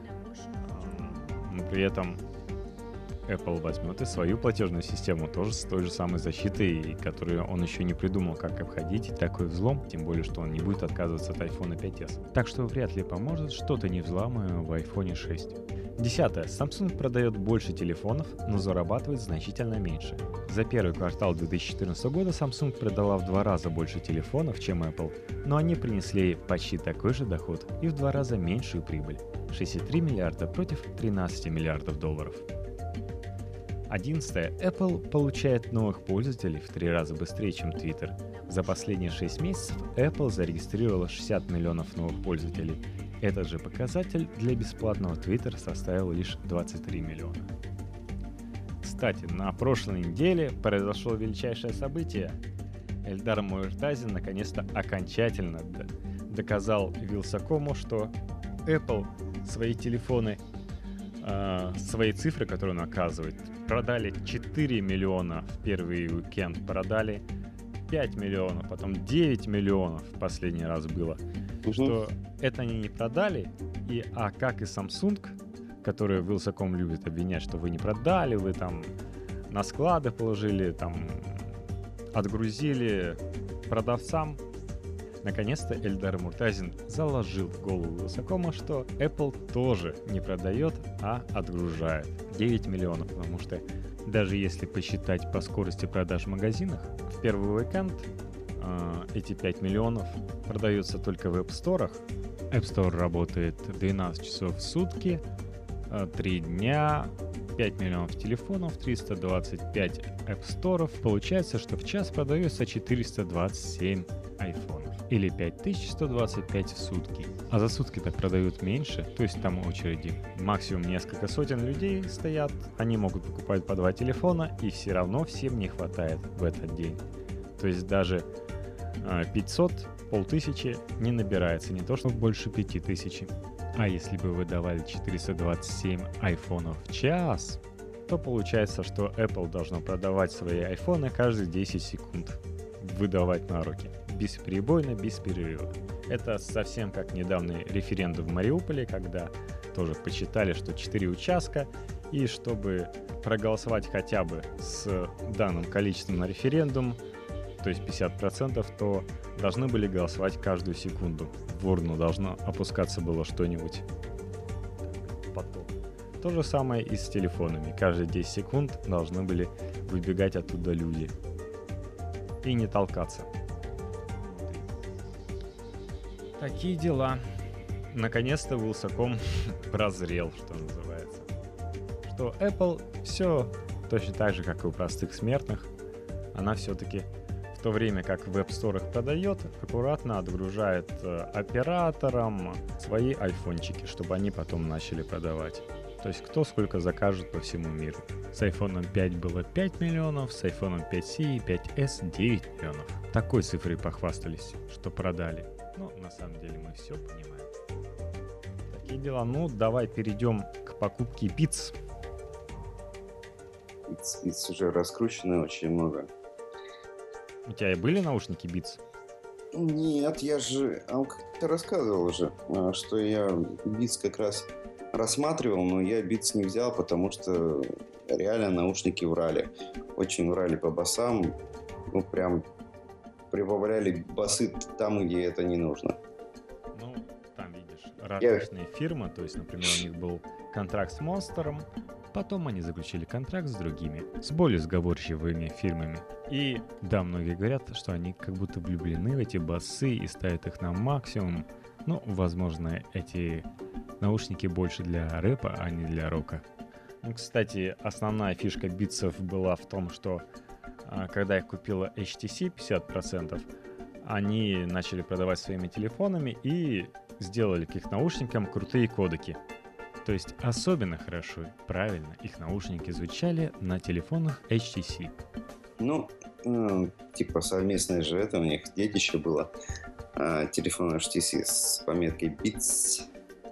Но при этом Apple возьмет и свою платежную систему тоже с той же самой защитой, которую он еще не придумал, как обходить такой взлом, тем более, что он не будет отказываться от iPhone пять эс. Так что вряд ли поможет что-то не взломанное в iPhone шесть. Десятое. Samsung продает больше телефонов, но зарабатывает значительно меньше. За первый квартал две тысячи четырнадцатого года Samsung продала в два раза больше телефонов, чем Apple, но они принесли почти такой же доход и в два раза меньшую прибыль – шестьдесят три миллиарда против тринадцати миллиардов долларов. одиннадцатое. Apple получает новых пользователей в три раза быстрее, чем Twitter. За последние шесть месяцев Apple зарегистрировала шестьдесят миллионов новых пользователей. Этот же показатель для бесплатного Twitter составил лишь двадцать три миллиона. Кстати, на прошлой неделе произошло величайшее событие. Эльдар Муртазин наконец-то окончательно д- доказал Вилсакому, что Apple свои телефоны, э, свои цифры, которые он оказывает, продали четыре миллиона в первый уикенд, продали пять миллионов, потом девять миллионов в последний раз было. Угу. Что это они не продали, и, а как и Samsung, который Вилсаком любит обвинять, что вы не продали, вы там на склады положили, там отгрузили продавцам. Наконец-то Эльдар Муртазин заложил в голову Вилсакома, что Apple тоже не продает, а отгружает девять миллионов, потому что даже если посчитать по скорости продаж в магазинах, в первый уикенд э, эти пять миллионов продаются только в App Store. App Store работает двенадцать часов в сутки, три дня, пять миллионов телефонов, триста двадцать пять App Store. Получается, что в час продается четыреста двадцать семь айфонов. Или пять тысяч сто двадцать пять в сутки. А за сутки так продают меньше, то есть там очереди. Максимум несколько сотен людей стоят, они могут покупать по два телефона, и все равно всем не хватает в этот день. То есть даже пятьсот, полтысячи не набирается, не то что больше пяти тысяч. А если бы вы давали четыреста двадцать семь айфонов в час, то получается, что Apple должно продавать свои айфоны каждые десять секунд. Выдавать на руки. Бесперебойно, без перерыва. Это совсем как недавний референдум в Мариуполе, когда тоже посчитали, что четыре участка, и чтобы проголосовать хотя бы с данным количеством на референдум, то есть пятьдесят процентов, то должны были голосовать каждую секунду. В урну должно опускаться было что-нибудь. Потом. То же самое и с телефонами. Каждые десять секунд должны были выбегать оттуда люди. И не толкаться. Такие дела. Наконец-то Вилсаком прозрел, что называется. Что Apple все точно так же, как и у простых смертных, она все-таки в то время как в App Store продает, аккуратно отгружает э, операторам свои айфончики, чтобы они потом начали продавать. То есть кто сколько закажет по всему миру. С iPhone пять было пять миллионов, с iPhone пять си и пять эс девять миллионов. Такой цифрой похвастались, что продали. Ну, на самом деле мы все понимаем. Такие дела. Ну, давай перейдем к покупке Beats. Beats, Beats уже раскручены очень много. У тебя и были наушники Beats? Нет, я же... А как-то рассказывал уже, что я Beats как раз рассматривал, но я Beats не взял, потому что реально наушники врали. Очень врали по басам. Ну, прям прибавляли басы там, где это не нужно. Ну, там, видишь, различные я... фирмы. То есть, например, у них был контракт с Monster'ом. Потом они заключили контракт с другими, с более сговорчивыми фирмами. И да, многие говорят, что они как будто влюблены в эти басы и ставят их на максимум. Ну, возможно, эти наушники больше для рэпа, а не для рока. Ну, кстати, основная фишка битсов была в том, что а, когда их купила эйч ти си пятьдесят процентов, они начали продавать своими телефонами и сделали к их наушникам крутые кодеки. То есть особенно хорошо, правильно, их наушники звучали на телефонах эйч ти си. Ну, э, типа совместное же это у них детище было. Э, телефон эйч ти си с пометкой Beats.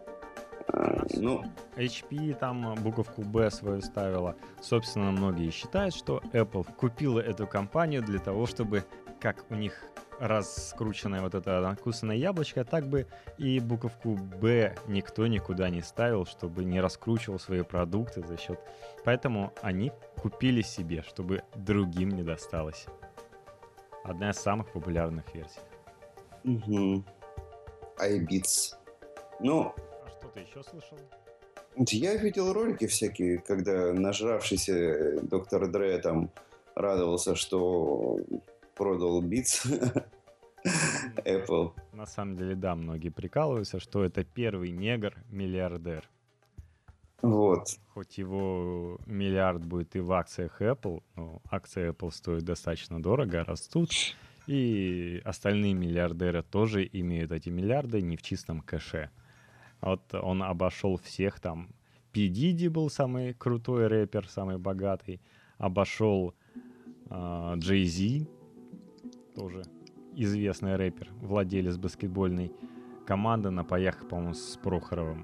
Э, ну, эйч пи там буковку B свою ставила. Собственно, многие считают, что Apple купила эту компанию для того, чтобы, как у них раскрученное вот это накусанное яблочко, так бы и буковку B никто никуда не ставил, чтобы не раскручивал свои продукты за счет. Поэтому они купили себе, чтобы другим не досталось. Одна из самых популярных версий. Угу. iBeats. Ну, а что ты еще слышал? Я видел ролики всякие, когда нажравшийся доктор Дре там радовался, что продал Beats Apple. На самом деле, да, многие прикалываются, что это первый негр-миллиардер. Вот. Хоть его миллиард будет и в акциях Apple, но акции Apple стоят достаточно дорого, растут. И остальные миллиардеры тоже имеют эти миллиарды не в чистом кэше. Вот он обошел всех там. Пи Диди был самый крутой рэпер, самый богатый. Обошел э, Джей Зи, тоже известный рэпер, владелец баскетбольной команды на паях, по-моему, с Прохоровым.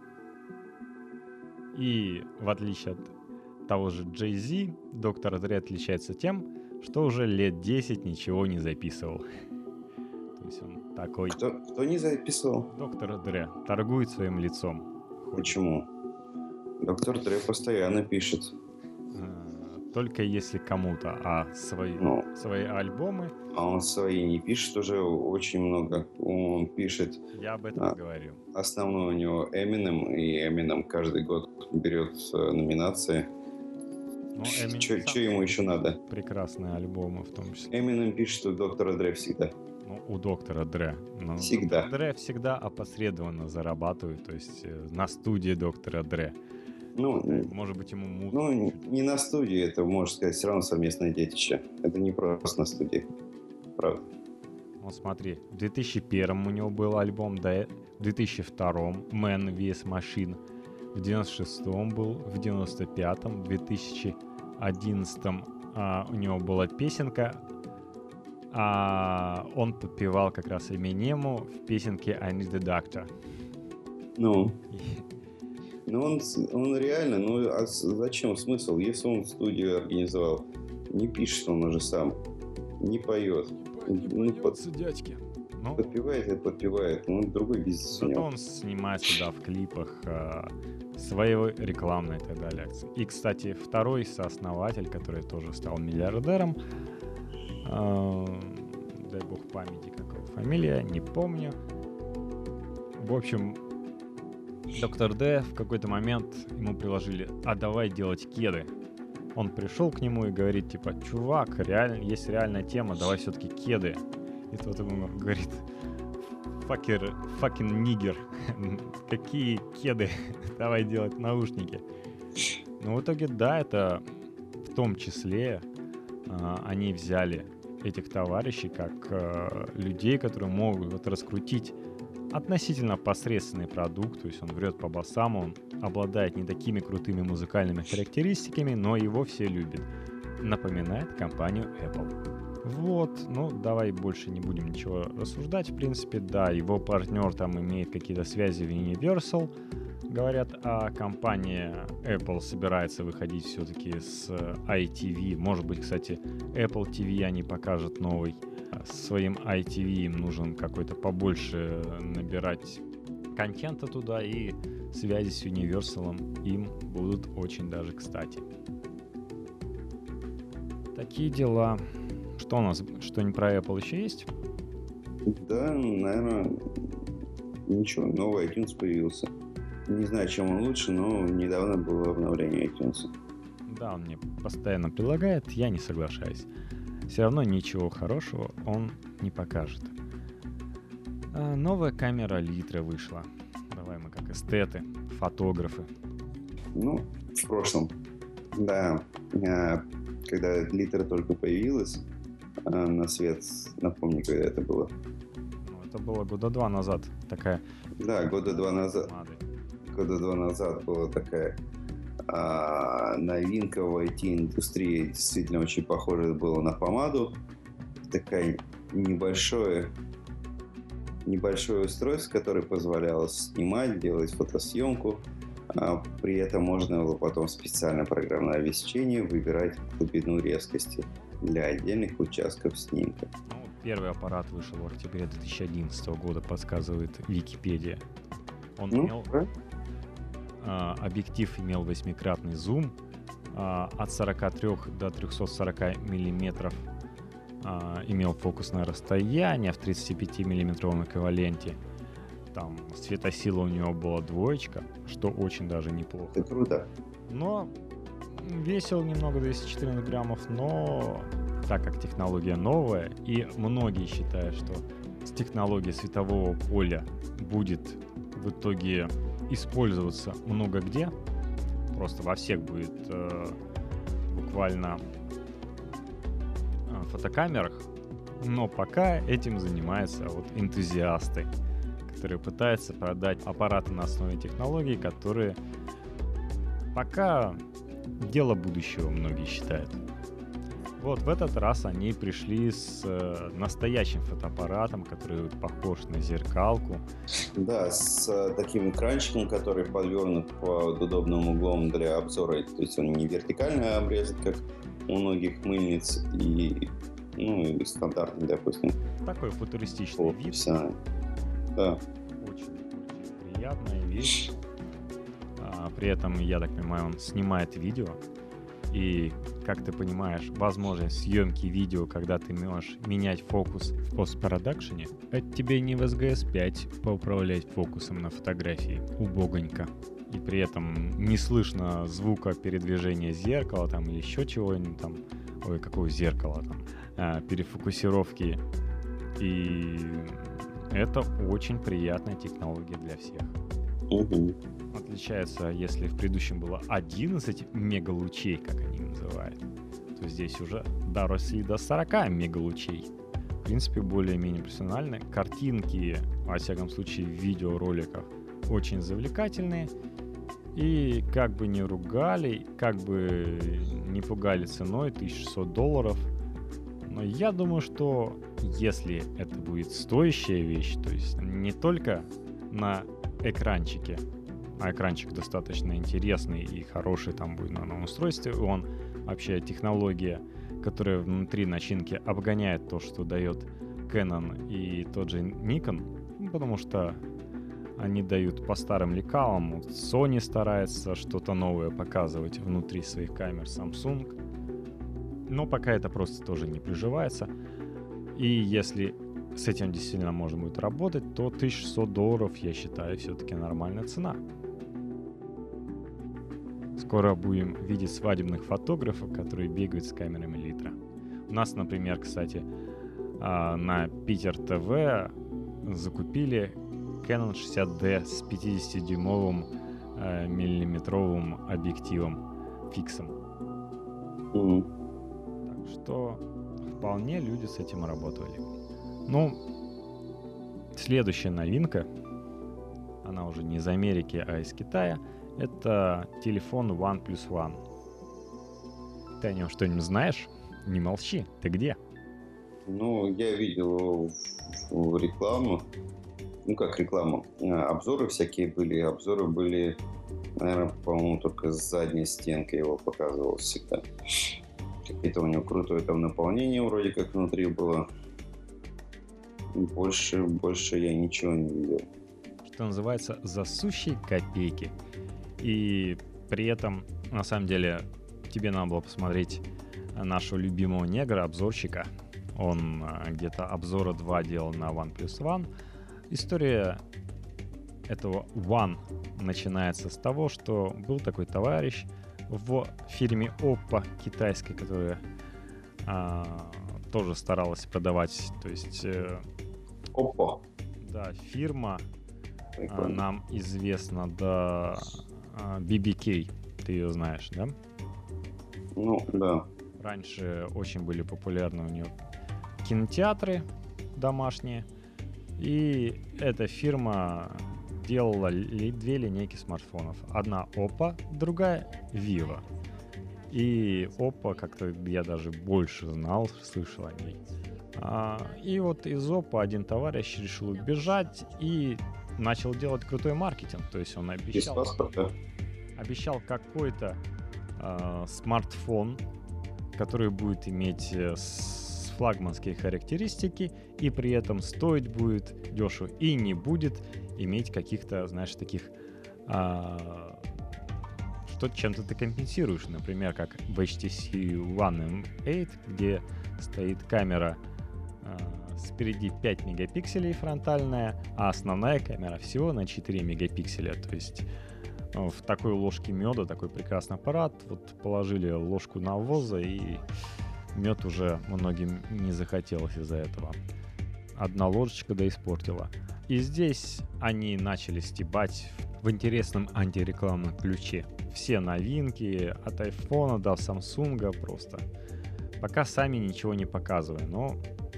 И в отличие от того же Джей Зи, доктор Дре отличается тем, что уже лет десять ничего не записывал. То есть он такой... Кто, кто не записывал? Доктор Дре торгует своим лицом. Почему? Доктор Дре постоянно пишет. только если кому-то, а свои, Ну, свои альбомы, а он свои не пишет уже очень много. Он пишет, я об этом и а, говорю. основной у него Eminem, и Eminem каждый год берет э, номинации. Но Эминем Что сам ему еще пишет надо? прекрасные альбомы в том числе. Eminem пишет у доктора Dre всегда. Ну, у доктора Дре. Но Всегда. доктор Дре всегда опосредованно зарабатывает, то есть э, на студии доктора Дре. Ну, Э, Может быть, ему музыку ну, чуть- не на студии, это, можно сказать, все равно совместное детище. Это не просто на студии. Правда. Вот смотри, в две тысячи первом у него был альбом, да, в две тысячи втором Man vs Machine, в девяносто шестом был, в девяносто пятом, в две тысячи одиннадцатом а, у него была песенка, а он подпевал как раз Эминему в песенке I Need a Doctor. Ну, И- ну он, с- он реально, ну а с- зачем смысл, если он студию организовал, не пишет он уже сам, не поет, ну, под- дядьки. Ну, подпевает и подпевает, ну другой бизнес у зато него. он снимается, да, в клипах а, своей рекламной и так далее. И, кстати, второй сооснователь, который тоже стал миллиардером, а, дай бог памяти, какого фамилия, не помню. В общем, доктор Д в какой-то момент ему предложили, а давай делать кеды. Он пришел к нему и говорит, типа, чувак, реально, есть реальная тема, давай все-таки кеды. И тот ему говорит, факер, факин нигер, какие кеды, давай делать наушники. Но в итоге, да, это в том числе а, они взяли этих товарищей как а, людей, которые могут вот раскрутить относительно посредственный продукт, то есть он врет по басам, он обладает не такими крутыми музыкальными характеристиками, но его все любят. Напоминает компанию Apple. Вот, ну давай больше не будем ничего рассуждать, в принципе, да, его партнер там имеет какие-то связи в Universal, говорят, а компания Apple собирается выходить все-таки с ай ти ви, может быть, кстати, Apple ти ви они покажут новый, своим ай ти ви им нужен какой-то побольше набирать контента туда, и связи с Universal им будут очень даже кстати. Такие дела. Что у нас? Что-нибудь про Apple еще есть? Да, наверное, ничего, новый iTunes появился. Не знаю, чем он лучше, но недавно было обновление iTunes. Да, он мне постоянно предлагает, я не соглашаюсь. Все равно ничего хорошего он не покажет. А, новая камера Литра вышла. Давай мы как эстеты, фотографы. Ну, в прошлом, да, а, когда Литра только появилась а, на свет, напомню, когда это было. Ну, это было года два назад. Такая... Да, года два назад. помады. Года два назад была такая а, новинка в ай ти-индустрии. Действительно очень похоже было на помаду. Такая небольшое, небольшое устройство, которое позволяло снимать, делать фотосъемку. А, при этом можно было потом специальное программное обеспечение выбирать глубину резкости для отдельных участков снимка. Ну, первый аппарат вышел в октябре две тысячи одиннадцатого года, подсказывает Википедия. Он Ну, имел... а, объектив имел восьмикратный зум а, от сорока трёх до трёхсот сорока миллиметров. А, имел фокусное расстояние в тридцатипятимиллиметровом эквиваленте. Там светосила у него была двоечка, что очень даже неплохо. это круто. Но весил немного двести четырнадцать граммов, но так как технология новая, и многие считают, что технология светового поля будет в итоге использоваться много где, просто во всех будет э, буквально э, фотокамерах, но пока этим занимаются вот энтузиасты, которые пытаются продать аппараты на основе технологий, которые пока дело будущего, многие считают. Вот в этот раз они пришли с э, настоящим фотоаппаратом, который похож на зеркалку. Да, с э, таким экранчиком, который подвернут под удобным углом для обзора. То есть он не вертикально обрезан, как у многих мыльниц, и, ну, и стандартный, допустим. Такой футуристичный О, вид. все. Да. Очень-очень приятная вещь. А, при этом, я так понимаю, он снимает видео. И, как ты понимаешь, возможность съемки видео, когда ты можешь менять фокус в постпродакшене, это тебе не в эс джи эс пять поуправлять фокусом на фотографии. Убогонько. И при этом не слышно звука передвижения зеркала там или еще чего-нибудь там. Ой, какого зеркала там. А, перефокусировки. И это очень приятная технология для всех. Угу. Отличается, если в предыдущем было одиннадцать мегалучей, как они называют, то здесь уже доросли до сорок мегалучей. В принципе, более-менее профессионально. Картинки, во всяком случае, в видеороликах очень завлекательные. И как бы не ругали, как бы не пугали ценой тысяча шестьсот долларов, но я думаю, что если это будет стоящая вещь, то есть не только на экранчике, а экранчик достаточно интересный и хороший там будет на новом устройстве, он вообще технология, которая внутри начинки обгоняет то, что дает Canon и тот же Nikon, потому что они дают по старым лекалам. Sony старается что-то новое показывать внутри своих камер, Samsung. Но пока это просто тоже не приживается. И если с этим действительно можно будет работать, то тысяча шестьсот долларов, я считаю, все-таки нормальная цена. Скоро будем видеть свадебных фотографов, которые бегают с камерами литра. У нас, например, кстати, на Питер ТВ закупили Canon шестьдесят ди с пятидесятидюймовым э, миллиметровым объективом фиксом. Mm. Так что вполне люди с этим работали. Ну, следующая новинка, она уже не из Америки, а из Китая, это телефон OnePlus One. Ты о нем что-нибудь знаешь? Не молчи, ты где? Ну, я видел в рекламу. Ну, как реклама. Обзоры всякие были. Обзоры были, наверное, по-моему, только с задней стенкой его показывал всегда. Какие-то у него крутое там наполнение вроде как внутри было. Больше, больше я ничего не видел. Что называется, за сущие копейки. И при этом, на самом деле, тебе надо было посмотреть нашего любимого негра, обзорщика. Он где-то обзора два делал на OnePlus One. История этого One начинается с того, что был такой товарищ в фирме Oppo китайской, которая а, тоже старалась продавать, то есть... Э, Oppo? Да, фирма а, нам известна до а, би би кей, ты ее знаешь, да? Ну, да. Раньше очень были популярны у нее кинотеатры домашние. И эта фирма делала ли, две линейки смартфонов. Одна Oppo, другая Vivo. И Oppo как-то я даже больше знал, слышал о ней. А, и вот из Oppo один товарищ решил убежать и начал делать крутой маркетинг. То есть он обещал, обещал какой-то а, смартфон, который будет иметь с флагманские характеристики и при этом стоить будет дешево и не будет иметь каких-то, знаешь, таких а, что чем-то ты компенсируешь, например, как в эйч ти си One эм восемь, где стоит камера а, спереди пять мегапикселей фронтальная, а основная камера всего на четыре мегапикселя, то есть в такой ложке меда такой прекрасный аппарат, вот положили ложку навоза и мед уже многим не захотелось из-за этого. Одна ложечка да испортила. И здесь они начали стебать в интересном антирекламном ключе. Все новинки от айфона до самсунга просто. Пока сами ничего не показывая, но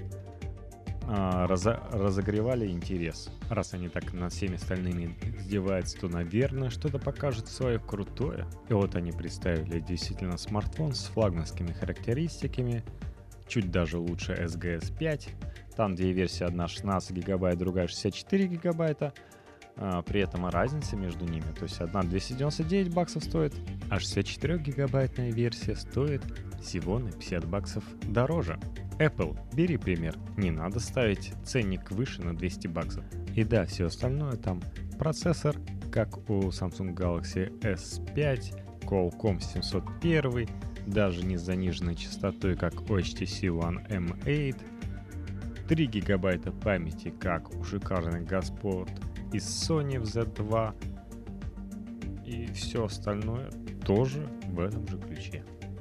а, разо- разогревали интерес. Раз они так над всеми остальными издеваются, то, наверное, что-то покажет свое крутое. И вот они представили действительно смартфон с флагманскими характеристиками, чуть даже лучше эс джи эс пять. Там две версии, одна шестнадцать гигабайт, другая шестьдесят четыре гигабайта. А, при этом разница между ними, то есть одна двести девяносто девять баксов стоит, а шестьдесят четыре гигабайтная версия стоит всего на пятьдесят баксов дороже. Apple, бери пример, не надо ставить ценник выше на двести баксов. И да, все остальное там процессор, как у Samsung Galaxy эс пять, Qualcomm семьсот один, даже не с заниженной частотой, как о эйч ти си One эм восемь, три гигабайта памяти, как у шикарных господ из Sony в зет два, и все остальное тоже в этом же ключе.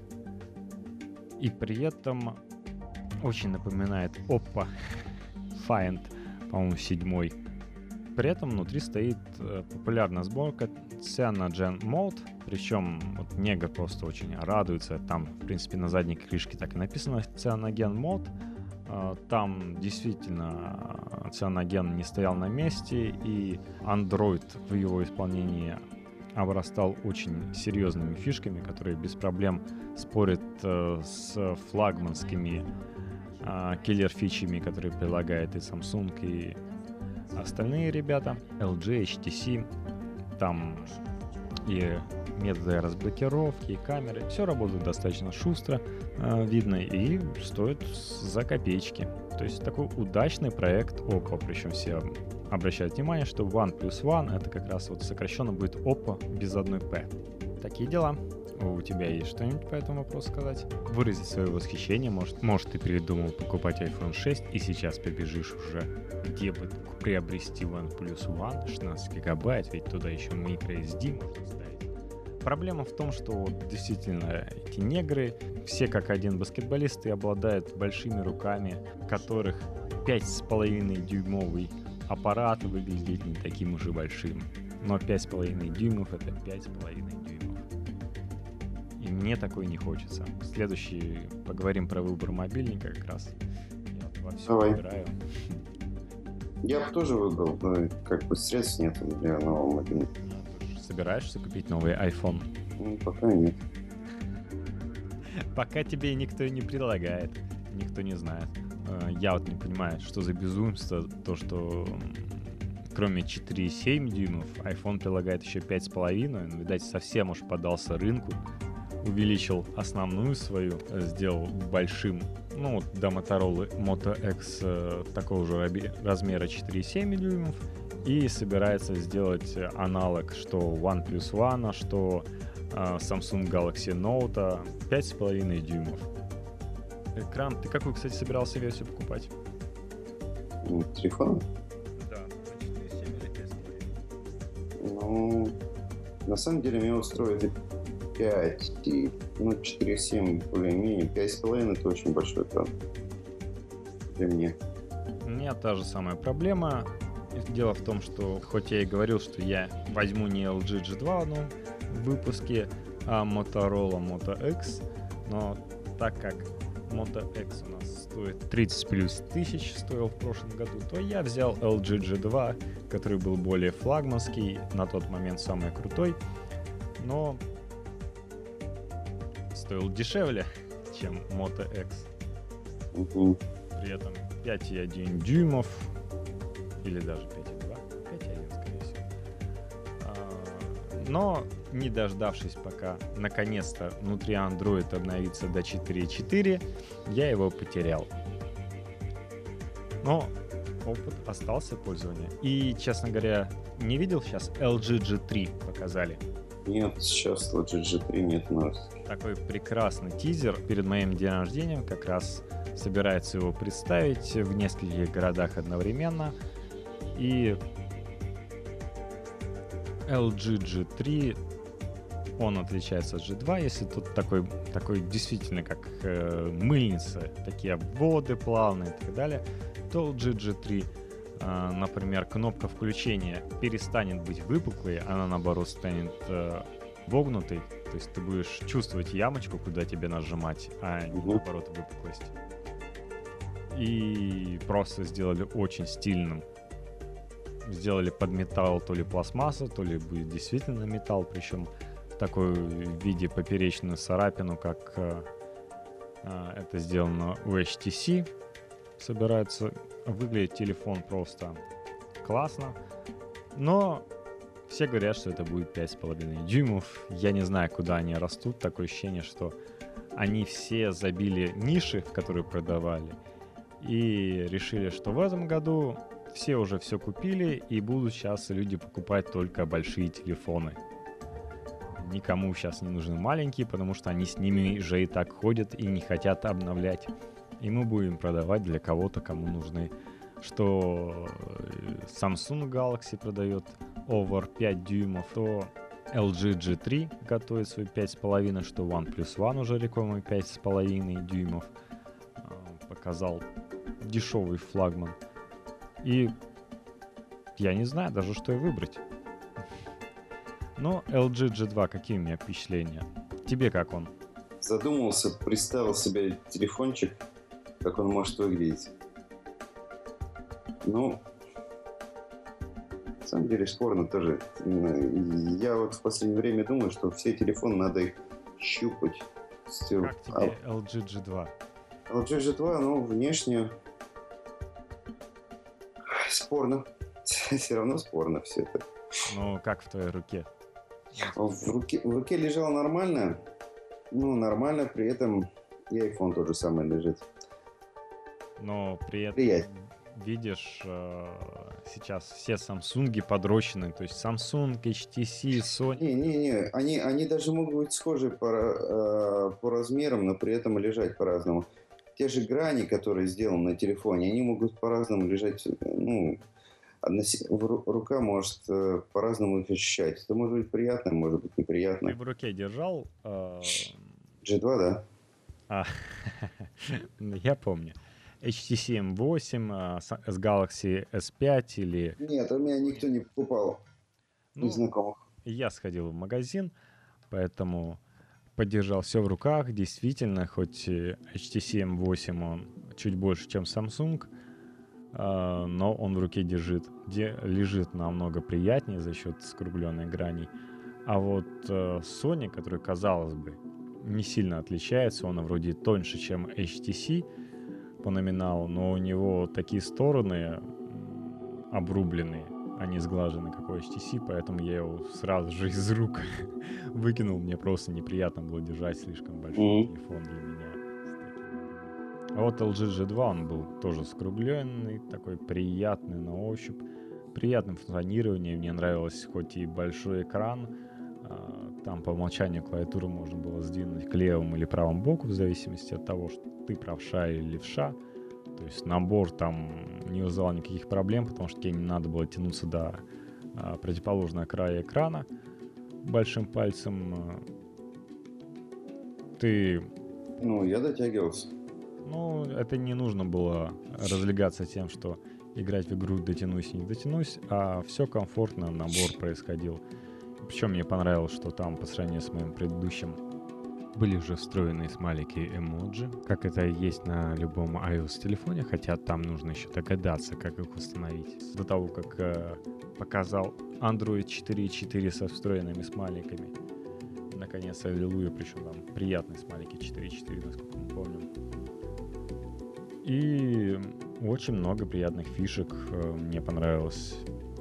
И при этом очень напоминает Oppo Find, по-моему, седьмой. При этом внутри стоит э, популярная сборка Cyanogen Mode, причем вот Негр просто очень радуется. Там, в принципе, на задней крышке так и написано Cyanogen Mode. Э, там действительно Cyanogen не стоял на месте, и Android в его исполнении обрастал очень серьезными фишками, которые без проблем спорят э, с флагманскими э, киллер-фичами, которые прилагает и Samsung, и остальные ребята. эл джи, эйч ти си, там и методы разблокировки, и камеры. Все работает достаточно шустро, э, видно, и стоит за копеечки. То есть такой удачный проект Oppo, причем все обращают внимание, что One плюс One это как раз вот сокращенно будет Oppo без одной P. Такие дела. У тебя есть что-нибудь по этому вопросу сказать? Выразить свое восхищение, может, может ты передумал покупать айфон шесть и сейчас побежишь уже, где бы приобрести One плюс One, шестнадцать гигабайт, ведь туда еще microSD можно ставить. Проблема в том, что вот действительно эти негры, все как один баскетболисты, обладают большими руками, которых пять с половиной дюймовый аппарат выглядит не таким уже большим. Но пять с половиной дюймов это пять с половиной дюймов. И мне такой не хочется. Следующий поговорим про выбор мобильника как раз. Я вот во все выбираю. Я бы тоже выбрал, но как бы средств нет для нового мобильника. Ну, собираешься купить новый iPhone? Ну, пока нет. Пока тебе никто не предлагает, никто не знает. Я вот не понимаю, что за безумство, то, что кроме четыре и семь дюймов, iPhone прилагает еще пять с половиной. Он, видать, совсем уж поддался рынку, увеличил основную свою, сделал большим. Ну, вот до Motorola Moto X э, такого же размера четыре и семь дюймов. И собирается сделать аналог что One плюс One, что э, Samsung Galaxy Note пять с половиной дюймов. Экран. Ты какую, кстати, собирался версию покупать? Телефон? Да, четыре семь или пять с половиной. Ну, на самом деле меня устроит и пять, и, ну, четыре семь более-менее. пять с половиной это очень большой экран для меня. У меня та же самая проблема. Дело в том, что хоть я и говорил, что я возьму не эл джи джи два ну, в выпуске, а Motorola Moto X, но так как Moto X у нас стоит тридцать плюс тысяч, стоил в прошлом году, то я взял эл джи джи два, который был более флагманский, на тот момент самый крутой, но стоил дешевле, чем Moto X. Угу. При этом пять и один дюймов, или даже пять и два, пять и один, скорее всего. А, но не дождавшись, пока наконец-то внутри Android обновится до четыре и четыре, я его потерял. Но опыт остался пользования. И, честно говоря, не видел сейчас эл джи джи три показали. Нет, сейчас эл джи джи три нет у нас. Такой прекрасный тизер перед моим днем рождения, как раз собирается его представить в нескольких городах одновременно. И эл джи джи три, он отличается от джи два, если тут такой, такой действительно как э, мыльница, такие обводы плавные и так далее, то эл джи джи три, э, например, кнопка включения перестанет быть выпуклой, она наоборот станет э, вогнутой, то есть ты будешь чувствовать ямочку, куда тебе нажимать, а не наоборот выпуклость. И просто сделали очень стильным. Сделали под металл то ли пластмассу, то ли будет действительно металл, причем в такой виде поперечную царапину, как э, э, это сделано у эйч ти си. Собирается выглядеть телефон просто классно, но все говорят, что это будет пять с половиной дюймов. Я не знаю, куда они растут, такое ощущение, что они все забили ниши, в которые продавали, и решили, что в этом году все уже все купили, и будут сейчас люди покупать только большие телефоны. никому сейчас не нужны маленькие, потому что они с ними же и так ходят и не хотят обновлять. И мы будем продавать для кого-то, кому нужны. Что Samsung Galaxy продает over пять дюймов, то эл джи джи три готовит свой пять с половиной, что OnePlus One уже рекламой пять с половиной дюймов. Показал дешевый флагман. И я не знаю даже, что и выбрать. Но эл джи джи два, какие у меня впечатления? Тебе как он? Задумался, представил себе телефончик, как он может выглядеть. Ну, на самом деле спорно тоже. Я вот в последнее время думаю, что все телефоны надо их щупать. Как тебе эл джи джи два? эл джи джи два, ну, внешне спорно. Все равно спорно все это. Ну, как в твоей руке? В руке, в руке лежало нормально. Ну, нормально, при этом и iPhone тот же самый лежит. Но при этом Приятно. Видишь, сейчас все Samsung подрощены. То есть Samsung, эйч ти си, Sony. Не-не-не, они, они даже могут быть схожи по, по размерам, но при этом лежать по-разному. Те же грани, которые сделаны на телефоне, они могут по-разному лежать. Ну, рука может по-разному их ощущать. Это может быть приятно, может быть неприятно. Ты в руке держал? джи два, да. А, я помню. эйч ти си эм восемь, с Galaxy эс пять или... Нет, у меня никто не покупал ну, из знакомых. Я сходил в магазин, поэтому подержал все в руках. Действительно, хоть эйч ти си эм восемь он чуть больше, чем Samsung, но он в руке держит, где лежит намного приятнее за счет скругленной грани. А вот Sony, который, казалось бы, не сильно отличается, он вроде тоньше, чем эйч ти си по номиналу, но у него такие стороны обрубленные, а не сглажены, как у эйч ти си, поэтому я его сразу же из рук выкинул. Мне просто неприятно было держать слишком большой mm-hmm. телефон для меня. А вот эл джи джи два, он был тоже скругленный, такой приятный на ощупь, приятным функционированием. Мне нравилось хоть и большой экран, там по умолчанию клавиатуру можно было сдвинуть к левому или правому боку, в зависимости от того, что ты правша или левша. То есть набор там не вызывал никаких проблем, потому что тебе не надо было тянуться до а, противоположного края экрана большим пальцем. Ты... Ну, я дотягивался. Ну, это не нужно было разлегаться тем, что играть в игру дотянусь и не дотянусь, а все комфортно, набор происходил. Причем мне понравилось, что там по сравнению с моим предыдущим были уже встроенные смайлики эмоджи, как это есть на любом iOS-телефоне, хотя там нужно еще догадаться, как их установить. До того, как э, показал Android четыре четыре со встроенными смайликами. Наконец, аллилуйя, причем там приятные смайлики четыре четыре, насколько мы помним. И очень много приятных фишек э, мне понравилось.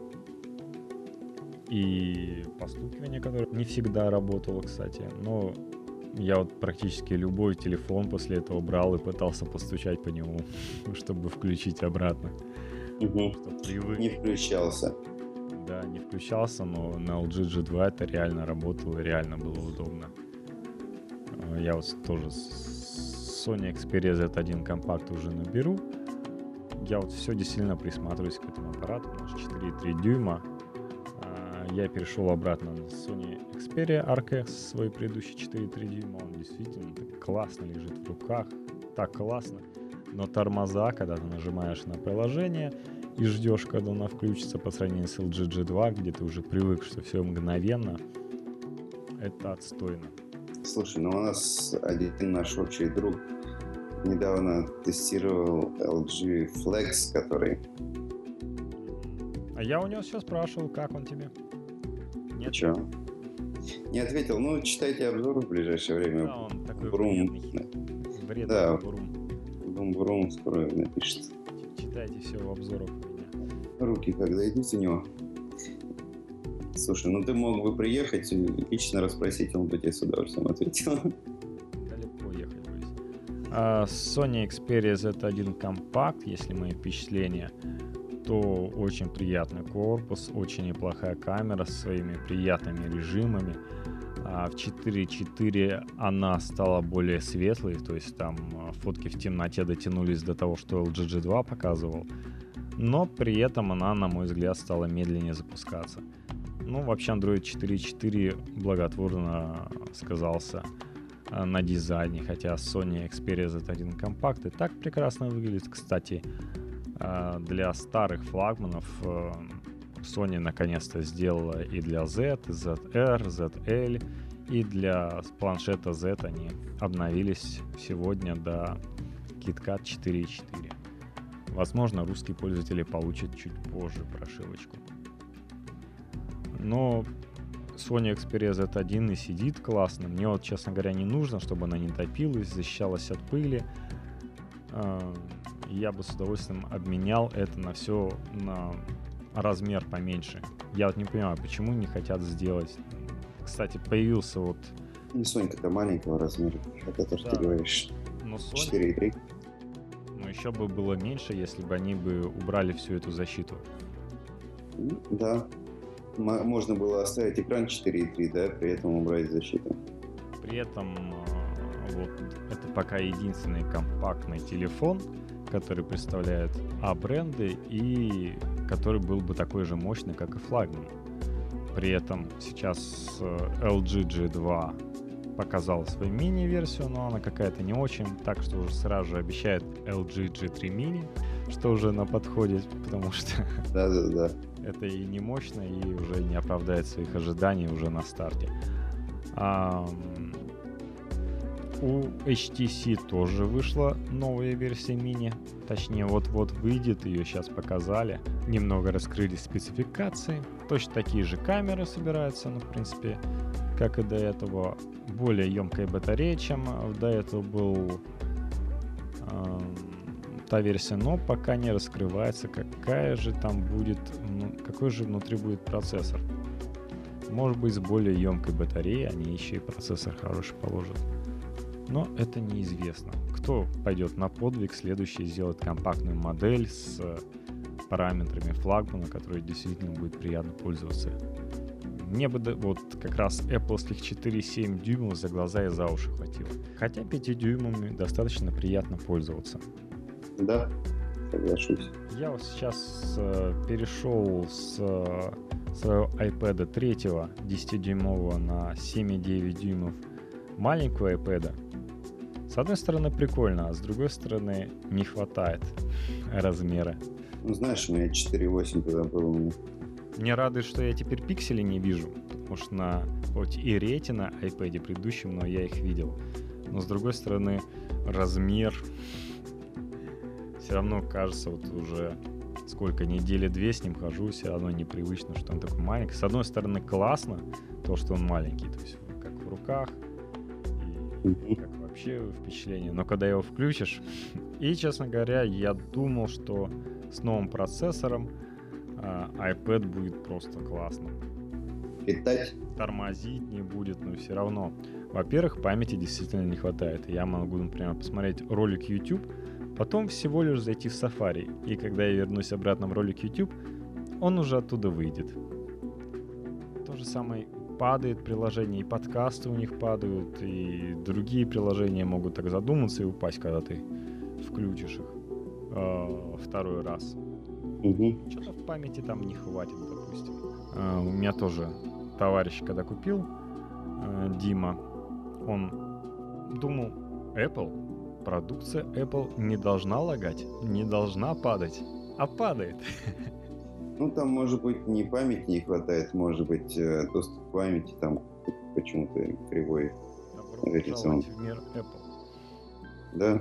И постукивание, которое не всегда работало, кстати, но я вот практически любой телефон после этого брал и пытался постучать по нему, чтобы включить обратно. Угу. Не включался. Да, не включался, но на эл джи джи два это реально работало, реально было удобно. Я вот тоже с Sony Xperia зет один Compact уже наберу. Я вот все действительно присматриваюсь к этому аппарату, у нас четыре и три дюйма. Я перешел обратно на Sony Xperia ар кей, свой предыдущий четыре и три дюйма. Он действительно так классно лежит в руках, так классно. Но тормоза, когда ты нажимаешь на приложение и ждешь, когда она включится, по сравнению с эл джи джи два, где ты уже привык, что все мгновенно, это отстойно. Слушай, ну у нас один наш общий друг недавно тестировал эл джи Flex, который... А я у него все спрашивал, как он тебе? Нет? Че? Не ответил. Ну, читайте обзор в ближайшее время. Да, он такой Брум. вредный. Вредный Да. Брум. Брум-брум скоро напишет. Читайте все в обзорах у меня. Руки когда идут у него. Слушай, ну ты мог бы приехать, лично расспросить, он бы тебе с удовольствием ответил. Далеко ехать будет. А Sony Xperia зет один Compact, если мои впечатления. что очень приятный корпус, очень неплохая камера со своими приятными режимами. А в четыре четыре она стала более светлой, то есть там фотки в темноте дотянулись до того, что эл джи джи два показывал, но при этом она, на мой взгляд, стала медленнее запускаться. Ну, вообще Android четыре четыре благотворно сказался на дизайне, хотя Sony Xperia зет один Compact и так прекрасно выглядит. Кстати, для старых флагманов Sony наконец-то сделала и для Z, зет эр, зет эл, и для планшета Z они обновились сегодня до KitKat четыре четыре. Возможно, русские пользователи получат чуть позже прошивочку. Но Sony Xperia зет один и сидит классно. Мне вот, честно говоря, не нужно, чтобы она не топилась, защищалась от пыли. Я бы с удовольствием обменял это на все на размер поменьше. Я вот не понимаю, почему не хотят сделать. Кстати, появился вот... Не Сонька-то маленького размера, о котором да. ты говоришь. Но Sony... четыре и три. Но еще бы было меньше, если бы они бы убрали всю эту защиту. Да. Можно было оставить экран четыре и три, да, при этом убрать защиту. При этом вот это пока единственный компактный телефон, который представляет А-бренды и который был бы такой же мощный, как и флагман. При этом сейчас эл джи джи два показал свою мини-версию, но она какая-то не очень, так что уже сразу же обещает эл джи джи три мини, что уже на подходе, потому что да-да-да. это и не мощно, и уже не оправдает своих ожиданий уже на старте. А, у эйч ти си тоже вышла новая версия мини, точнее вот-вот выйдет, ее сейчас показали, немного раскрыли спецификации, точно такие же камеры собираются, ну в принципе, как и до этого, более емкая батарея, чем до этого был э, та версия, но пока не раскрывается, какая же там будет, ну, какой же внутри будет процессор. Может быть, с более емкой батареей они еще и процессор хороший положат. Но это неизвестно. Кто пойдет на подвиг, следующий сделает компактную модель с параметрами флагмана, который действительно будет приятно пользоваться. Мне бы вот как раз Apple'ских четыре семь дюймов за глаза и за уши хватило. Хотя пяти дюймами достаточно приятно пользоваться. Да, соглашусь. Я вот сейчас э, перешел с э, своего iPad третьего десятидюймового на семь и девять дюймов маленького iPad. С одной стороны прикольно, а с другой стороны не хватает размера. Ну знаешь, у меня четыре восемь тогда было у меня. Мне радует, что я теперь пиксели не вижу, потому что на хоть и Retina iPad предыдущем, но я их видел. Но с другой стороны размер все равно кажется, вот уже сколько, недели две с ним хожу, все равно непривычно, что он такой маленький. С одной стороны классно, то, что он маленький, то есть как в руках, и как вообще впечатление. Но когда его включишь, и, честно говоря, я думал, что с новым процессором uh, iPad будет просто классно. Летать? Тормозить не будет, но все равно. Во-первых, памяти действительно не хватает. Я могу, например, посмотреть ролик YouTube, потом всего лишь зайти в Safari. И когда я вернусь обратно в ролик YouTube, он уже оттуда выйдет. То же самое падает приложение, и подкасты у них падают, и другие приложения могут так задуматься и упасть, когда ты включишь их э, второй раз. Угу. Что-то в памяти там не хватит, допустим. Э, у меня тоже товарищ, когда купил, э, Дима, он думал, Apple, продукция Apple не должна лагать, не должна падать, а падает. Ну, там, может быть, не памяти не хватает, может быть, доступ к памяти там почему-то кривой. Добро пожаловать в мир Apple. Да.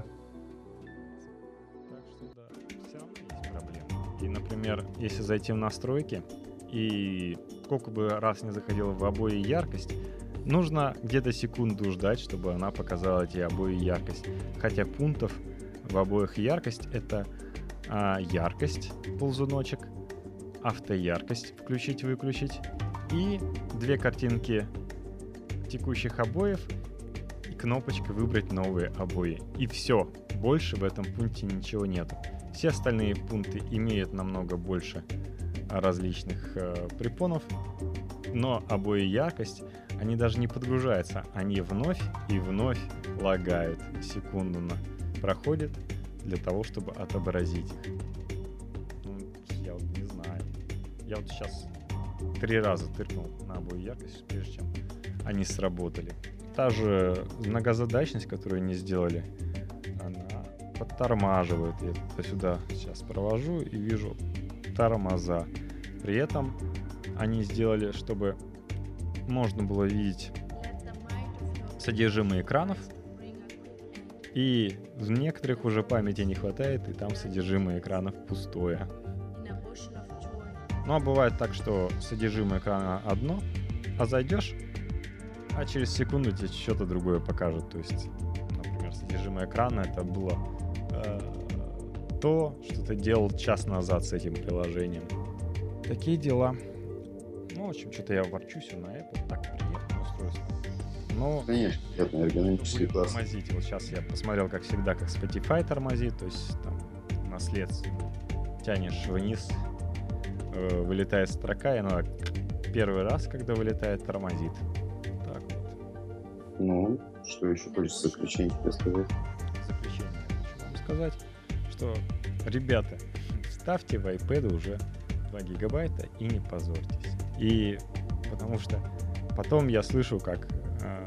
Так что да, все равно есть проблемы. И, например, если зайти в настройки, и сколько бы раз не заходила в обои яркость, нужно где-то секунду ждать, чтобы она показала эти обои яркость. Хотя пунктов в обоих яркость — это а, яркость, ползуночек, автояркость включить-выключить и две картинки текущих обоев и кнопочка выбрать новые обои. И все. Больше в этом пункте ничего нету. Все остальные пункты имеют намного больше различных э, препонов, но обои яркость, они даже не подгружаются, они вновь и вновь лагают. Секунду на проходит для того, чтобы отобразить их. Ну, я вот не знаю. Я вот сейчас три раза тыркнул на обои яркость, прежде чем они сработали. Та же многозадачность, которую они сделали, она подтормаживает. Я это сюда сейчас провожу и вижу тормоза. При этом они сделали, чтобы можно было видеть содержимое экранов, и в некоторых уже памяти не хватает, и там содержимое экранов пустое. Ну а бывает так, что содержимое экрана одно, а зайдешь, а через секунду тебе что-то другое покажет. То есть, например, содержимое экрана это было э, то, что ты делал час назад с этим приложением. Такие дела. Ну, в общем, что-то я ворчу все на Apple. Так приятное устройство. Но Конечно, приятный эргономический будет класс. тормозить. Вот сейчас я посмотрел, как всегда, как Spotify тормозит. То есть там наследственно тянешь вниз, э, вылетает строка, и она первый раз, когда вылетает, тормозит. Так вот. Ну, что еще хочется в заключение тебе сказать? В заключение хочу вам сказать, что, ребята, ставьте в iPad уже два гигабайта и не позорьтесь. И потому что потом я слышу, как э,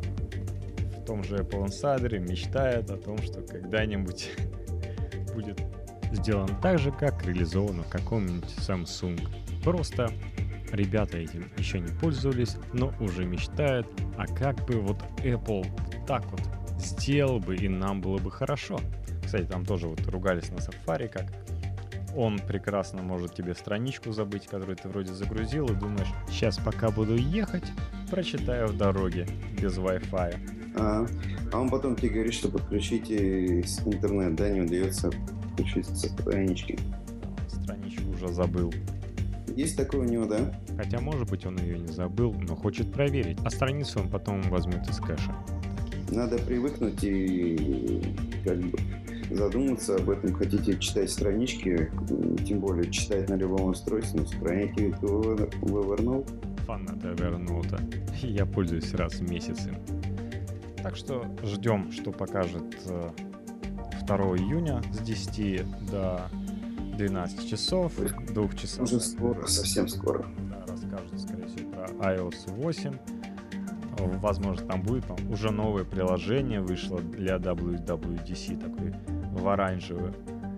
в том же Apple Insider мечтает о том, что когда-нибудь будет сделан так же, как реализовано в каком-нибудь Samsung. Просто ребята этим еще не пользовались, но уже мечтают, а как бы вот Apple так вот сделал бы, и нам было бы хорошо. Кстати, там тоже вот ругались на Safari, как он прекрасно может тебе страничку забыть, которую ты вроде загрузил, и думаешь, сейчас пока буду ехать, прочитаю в дороге без Wi-Fi. А, а он потом тебе говорит, что подключите интернет, да, не удается подключить со странички. Страничку уже забыл. Есть такое у него, да? Хотя, может быть, он ее не забыл, но хочет проверить. А страницу он потом возьмет из кэша. Надо привыкнуть и как бы задуматься об этом. Хотите читать странички, тем более читать на любом устройстве, но сохраняйте их в Evernote. Фанат Evernote. Я пользуюсь раз в месяц им. Так что ждем, что покажет второго июня с десяти до двенадцати часов, двух часов. Уже скоро, совсем скоро. Да, расскажут, скорее всего, про ай о эс восемь. Возможно, там будет там, уже новое приложение вышло для дабл ю дабл ю ди си, такой в оранжевых,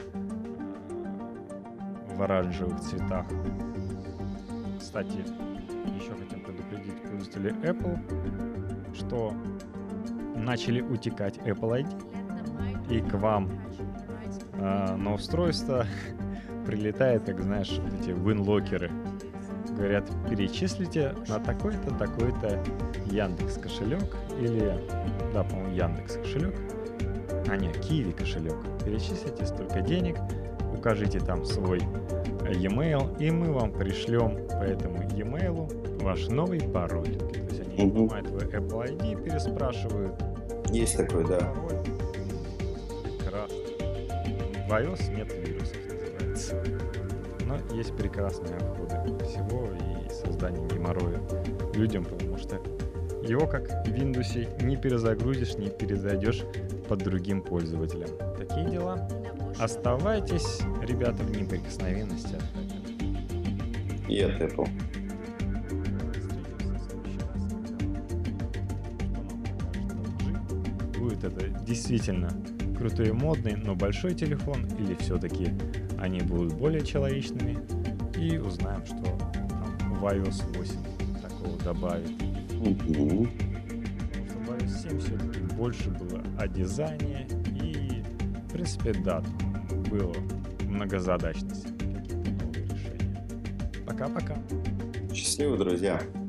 в оранжевых цветах. Кстати, еще хотим предупредить пользователей Apple, что начали утекать Apple ай ди, и к вам э, на устройство прилетает, как знаешь, вот эти винлокеры. Говорят, перечислите на такой-то, такой-то Яндекс кошелек или, да, по-моему, Яндекс кошелек, а нет, Киви кошелек. Перечислите столько денег, укажите там свой e-mail, и мы вам пришлем по этому e-mail ваш новый пароль. То есть они Угу. снимают твой Apple ай ди, переспрашивают. Есть такой, да. Пароль. Прекрасно. В iOS нет вирусов, называется. Но есть прекрасные обходы всего и создание геморроя людям, потому что его, как в Windows, не перезагрузишь, не перезайдешь под другим пользователем. Такие дела. Оставайтесь, ребята, в неприкосновенности от Apple. И от Apple. Встретимся в следующий раз, когда что нам покажет эл джи. Будет это действительно крутой и модный, но большой телефон, или все-таки они будут более человечными, и узнаем, что там в ай о эс восемь такого добавит. Угу. Потому что в ай о эс семь все-таки больше было о дизайне, и, в принципе, да, было многозадачность, какие-то новые решения. Пока-пока. Счастливо, друзья.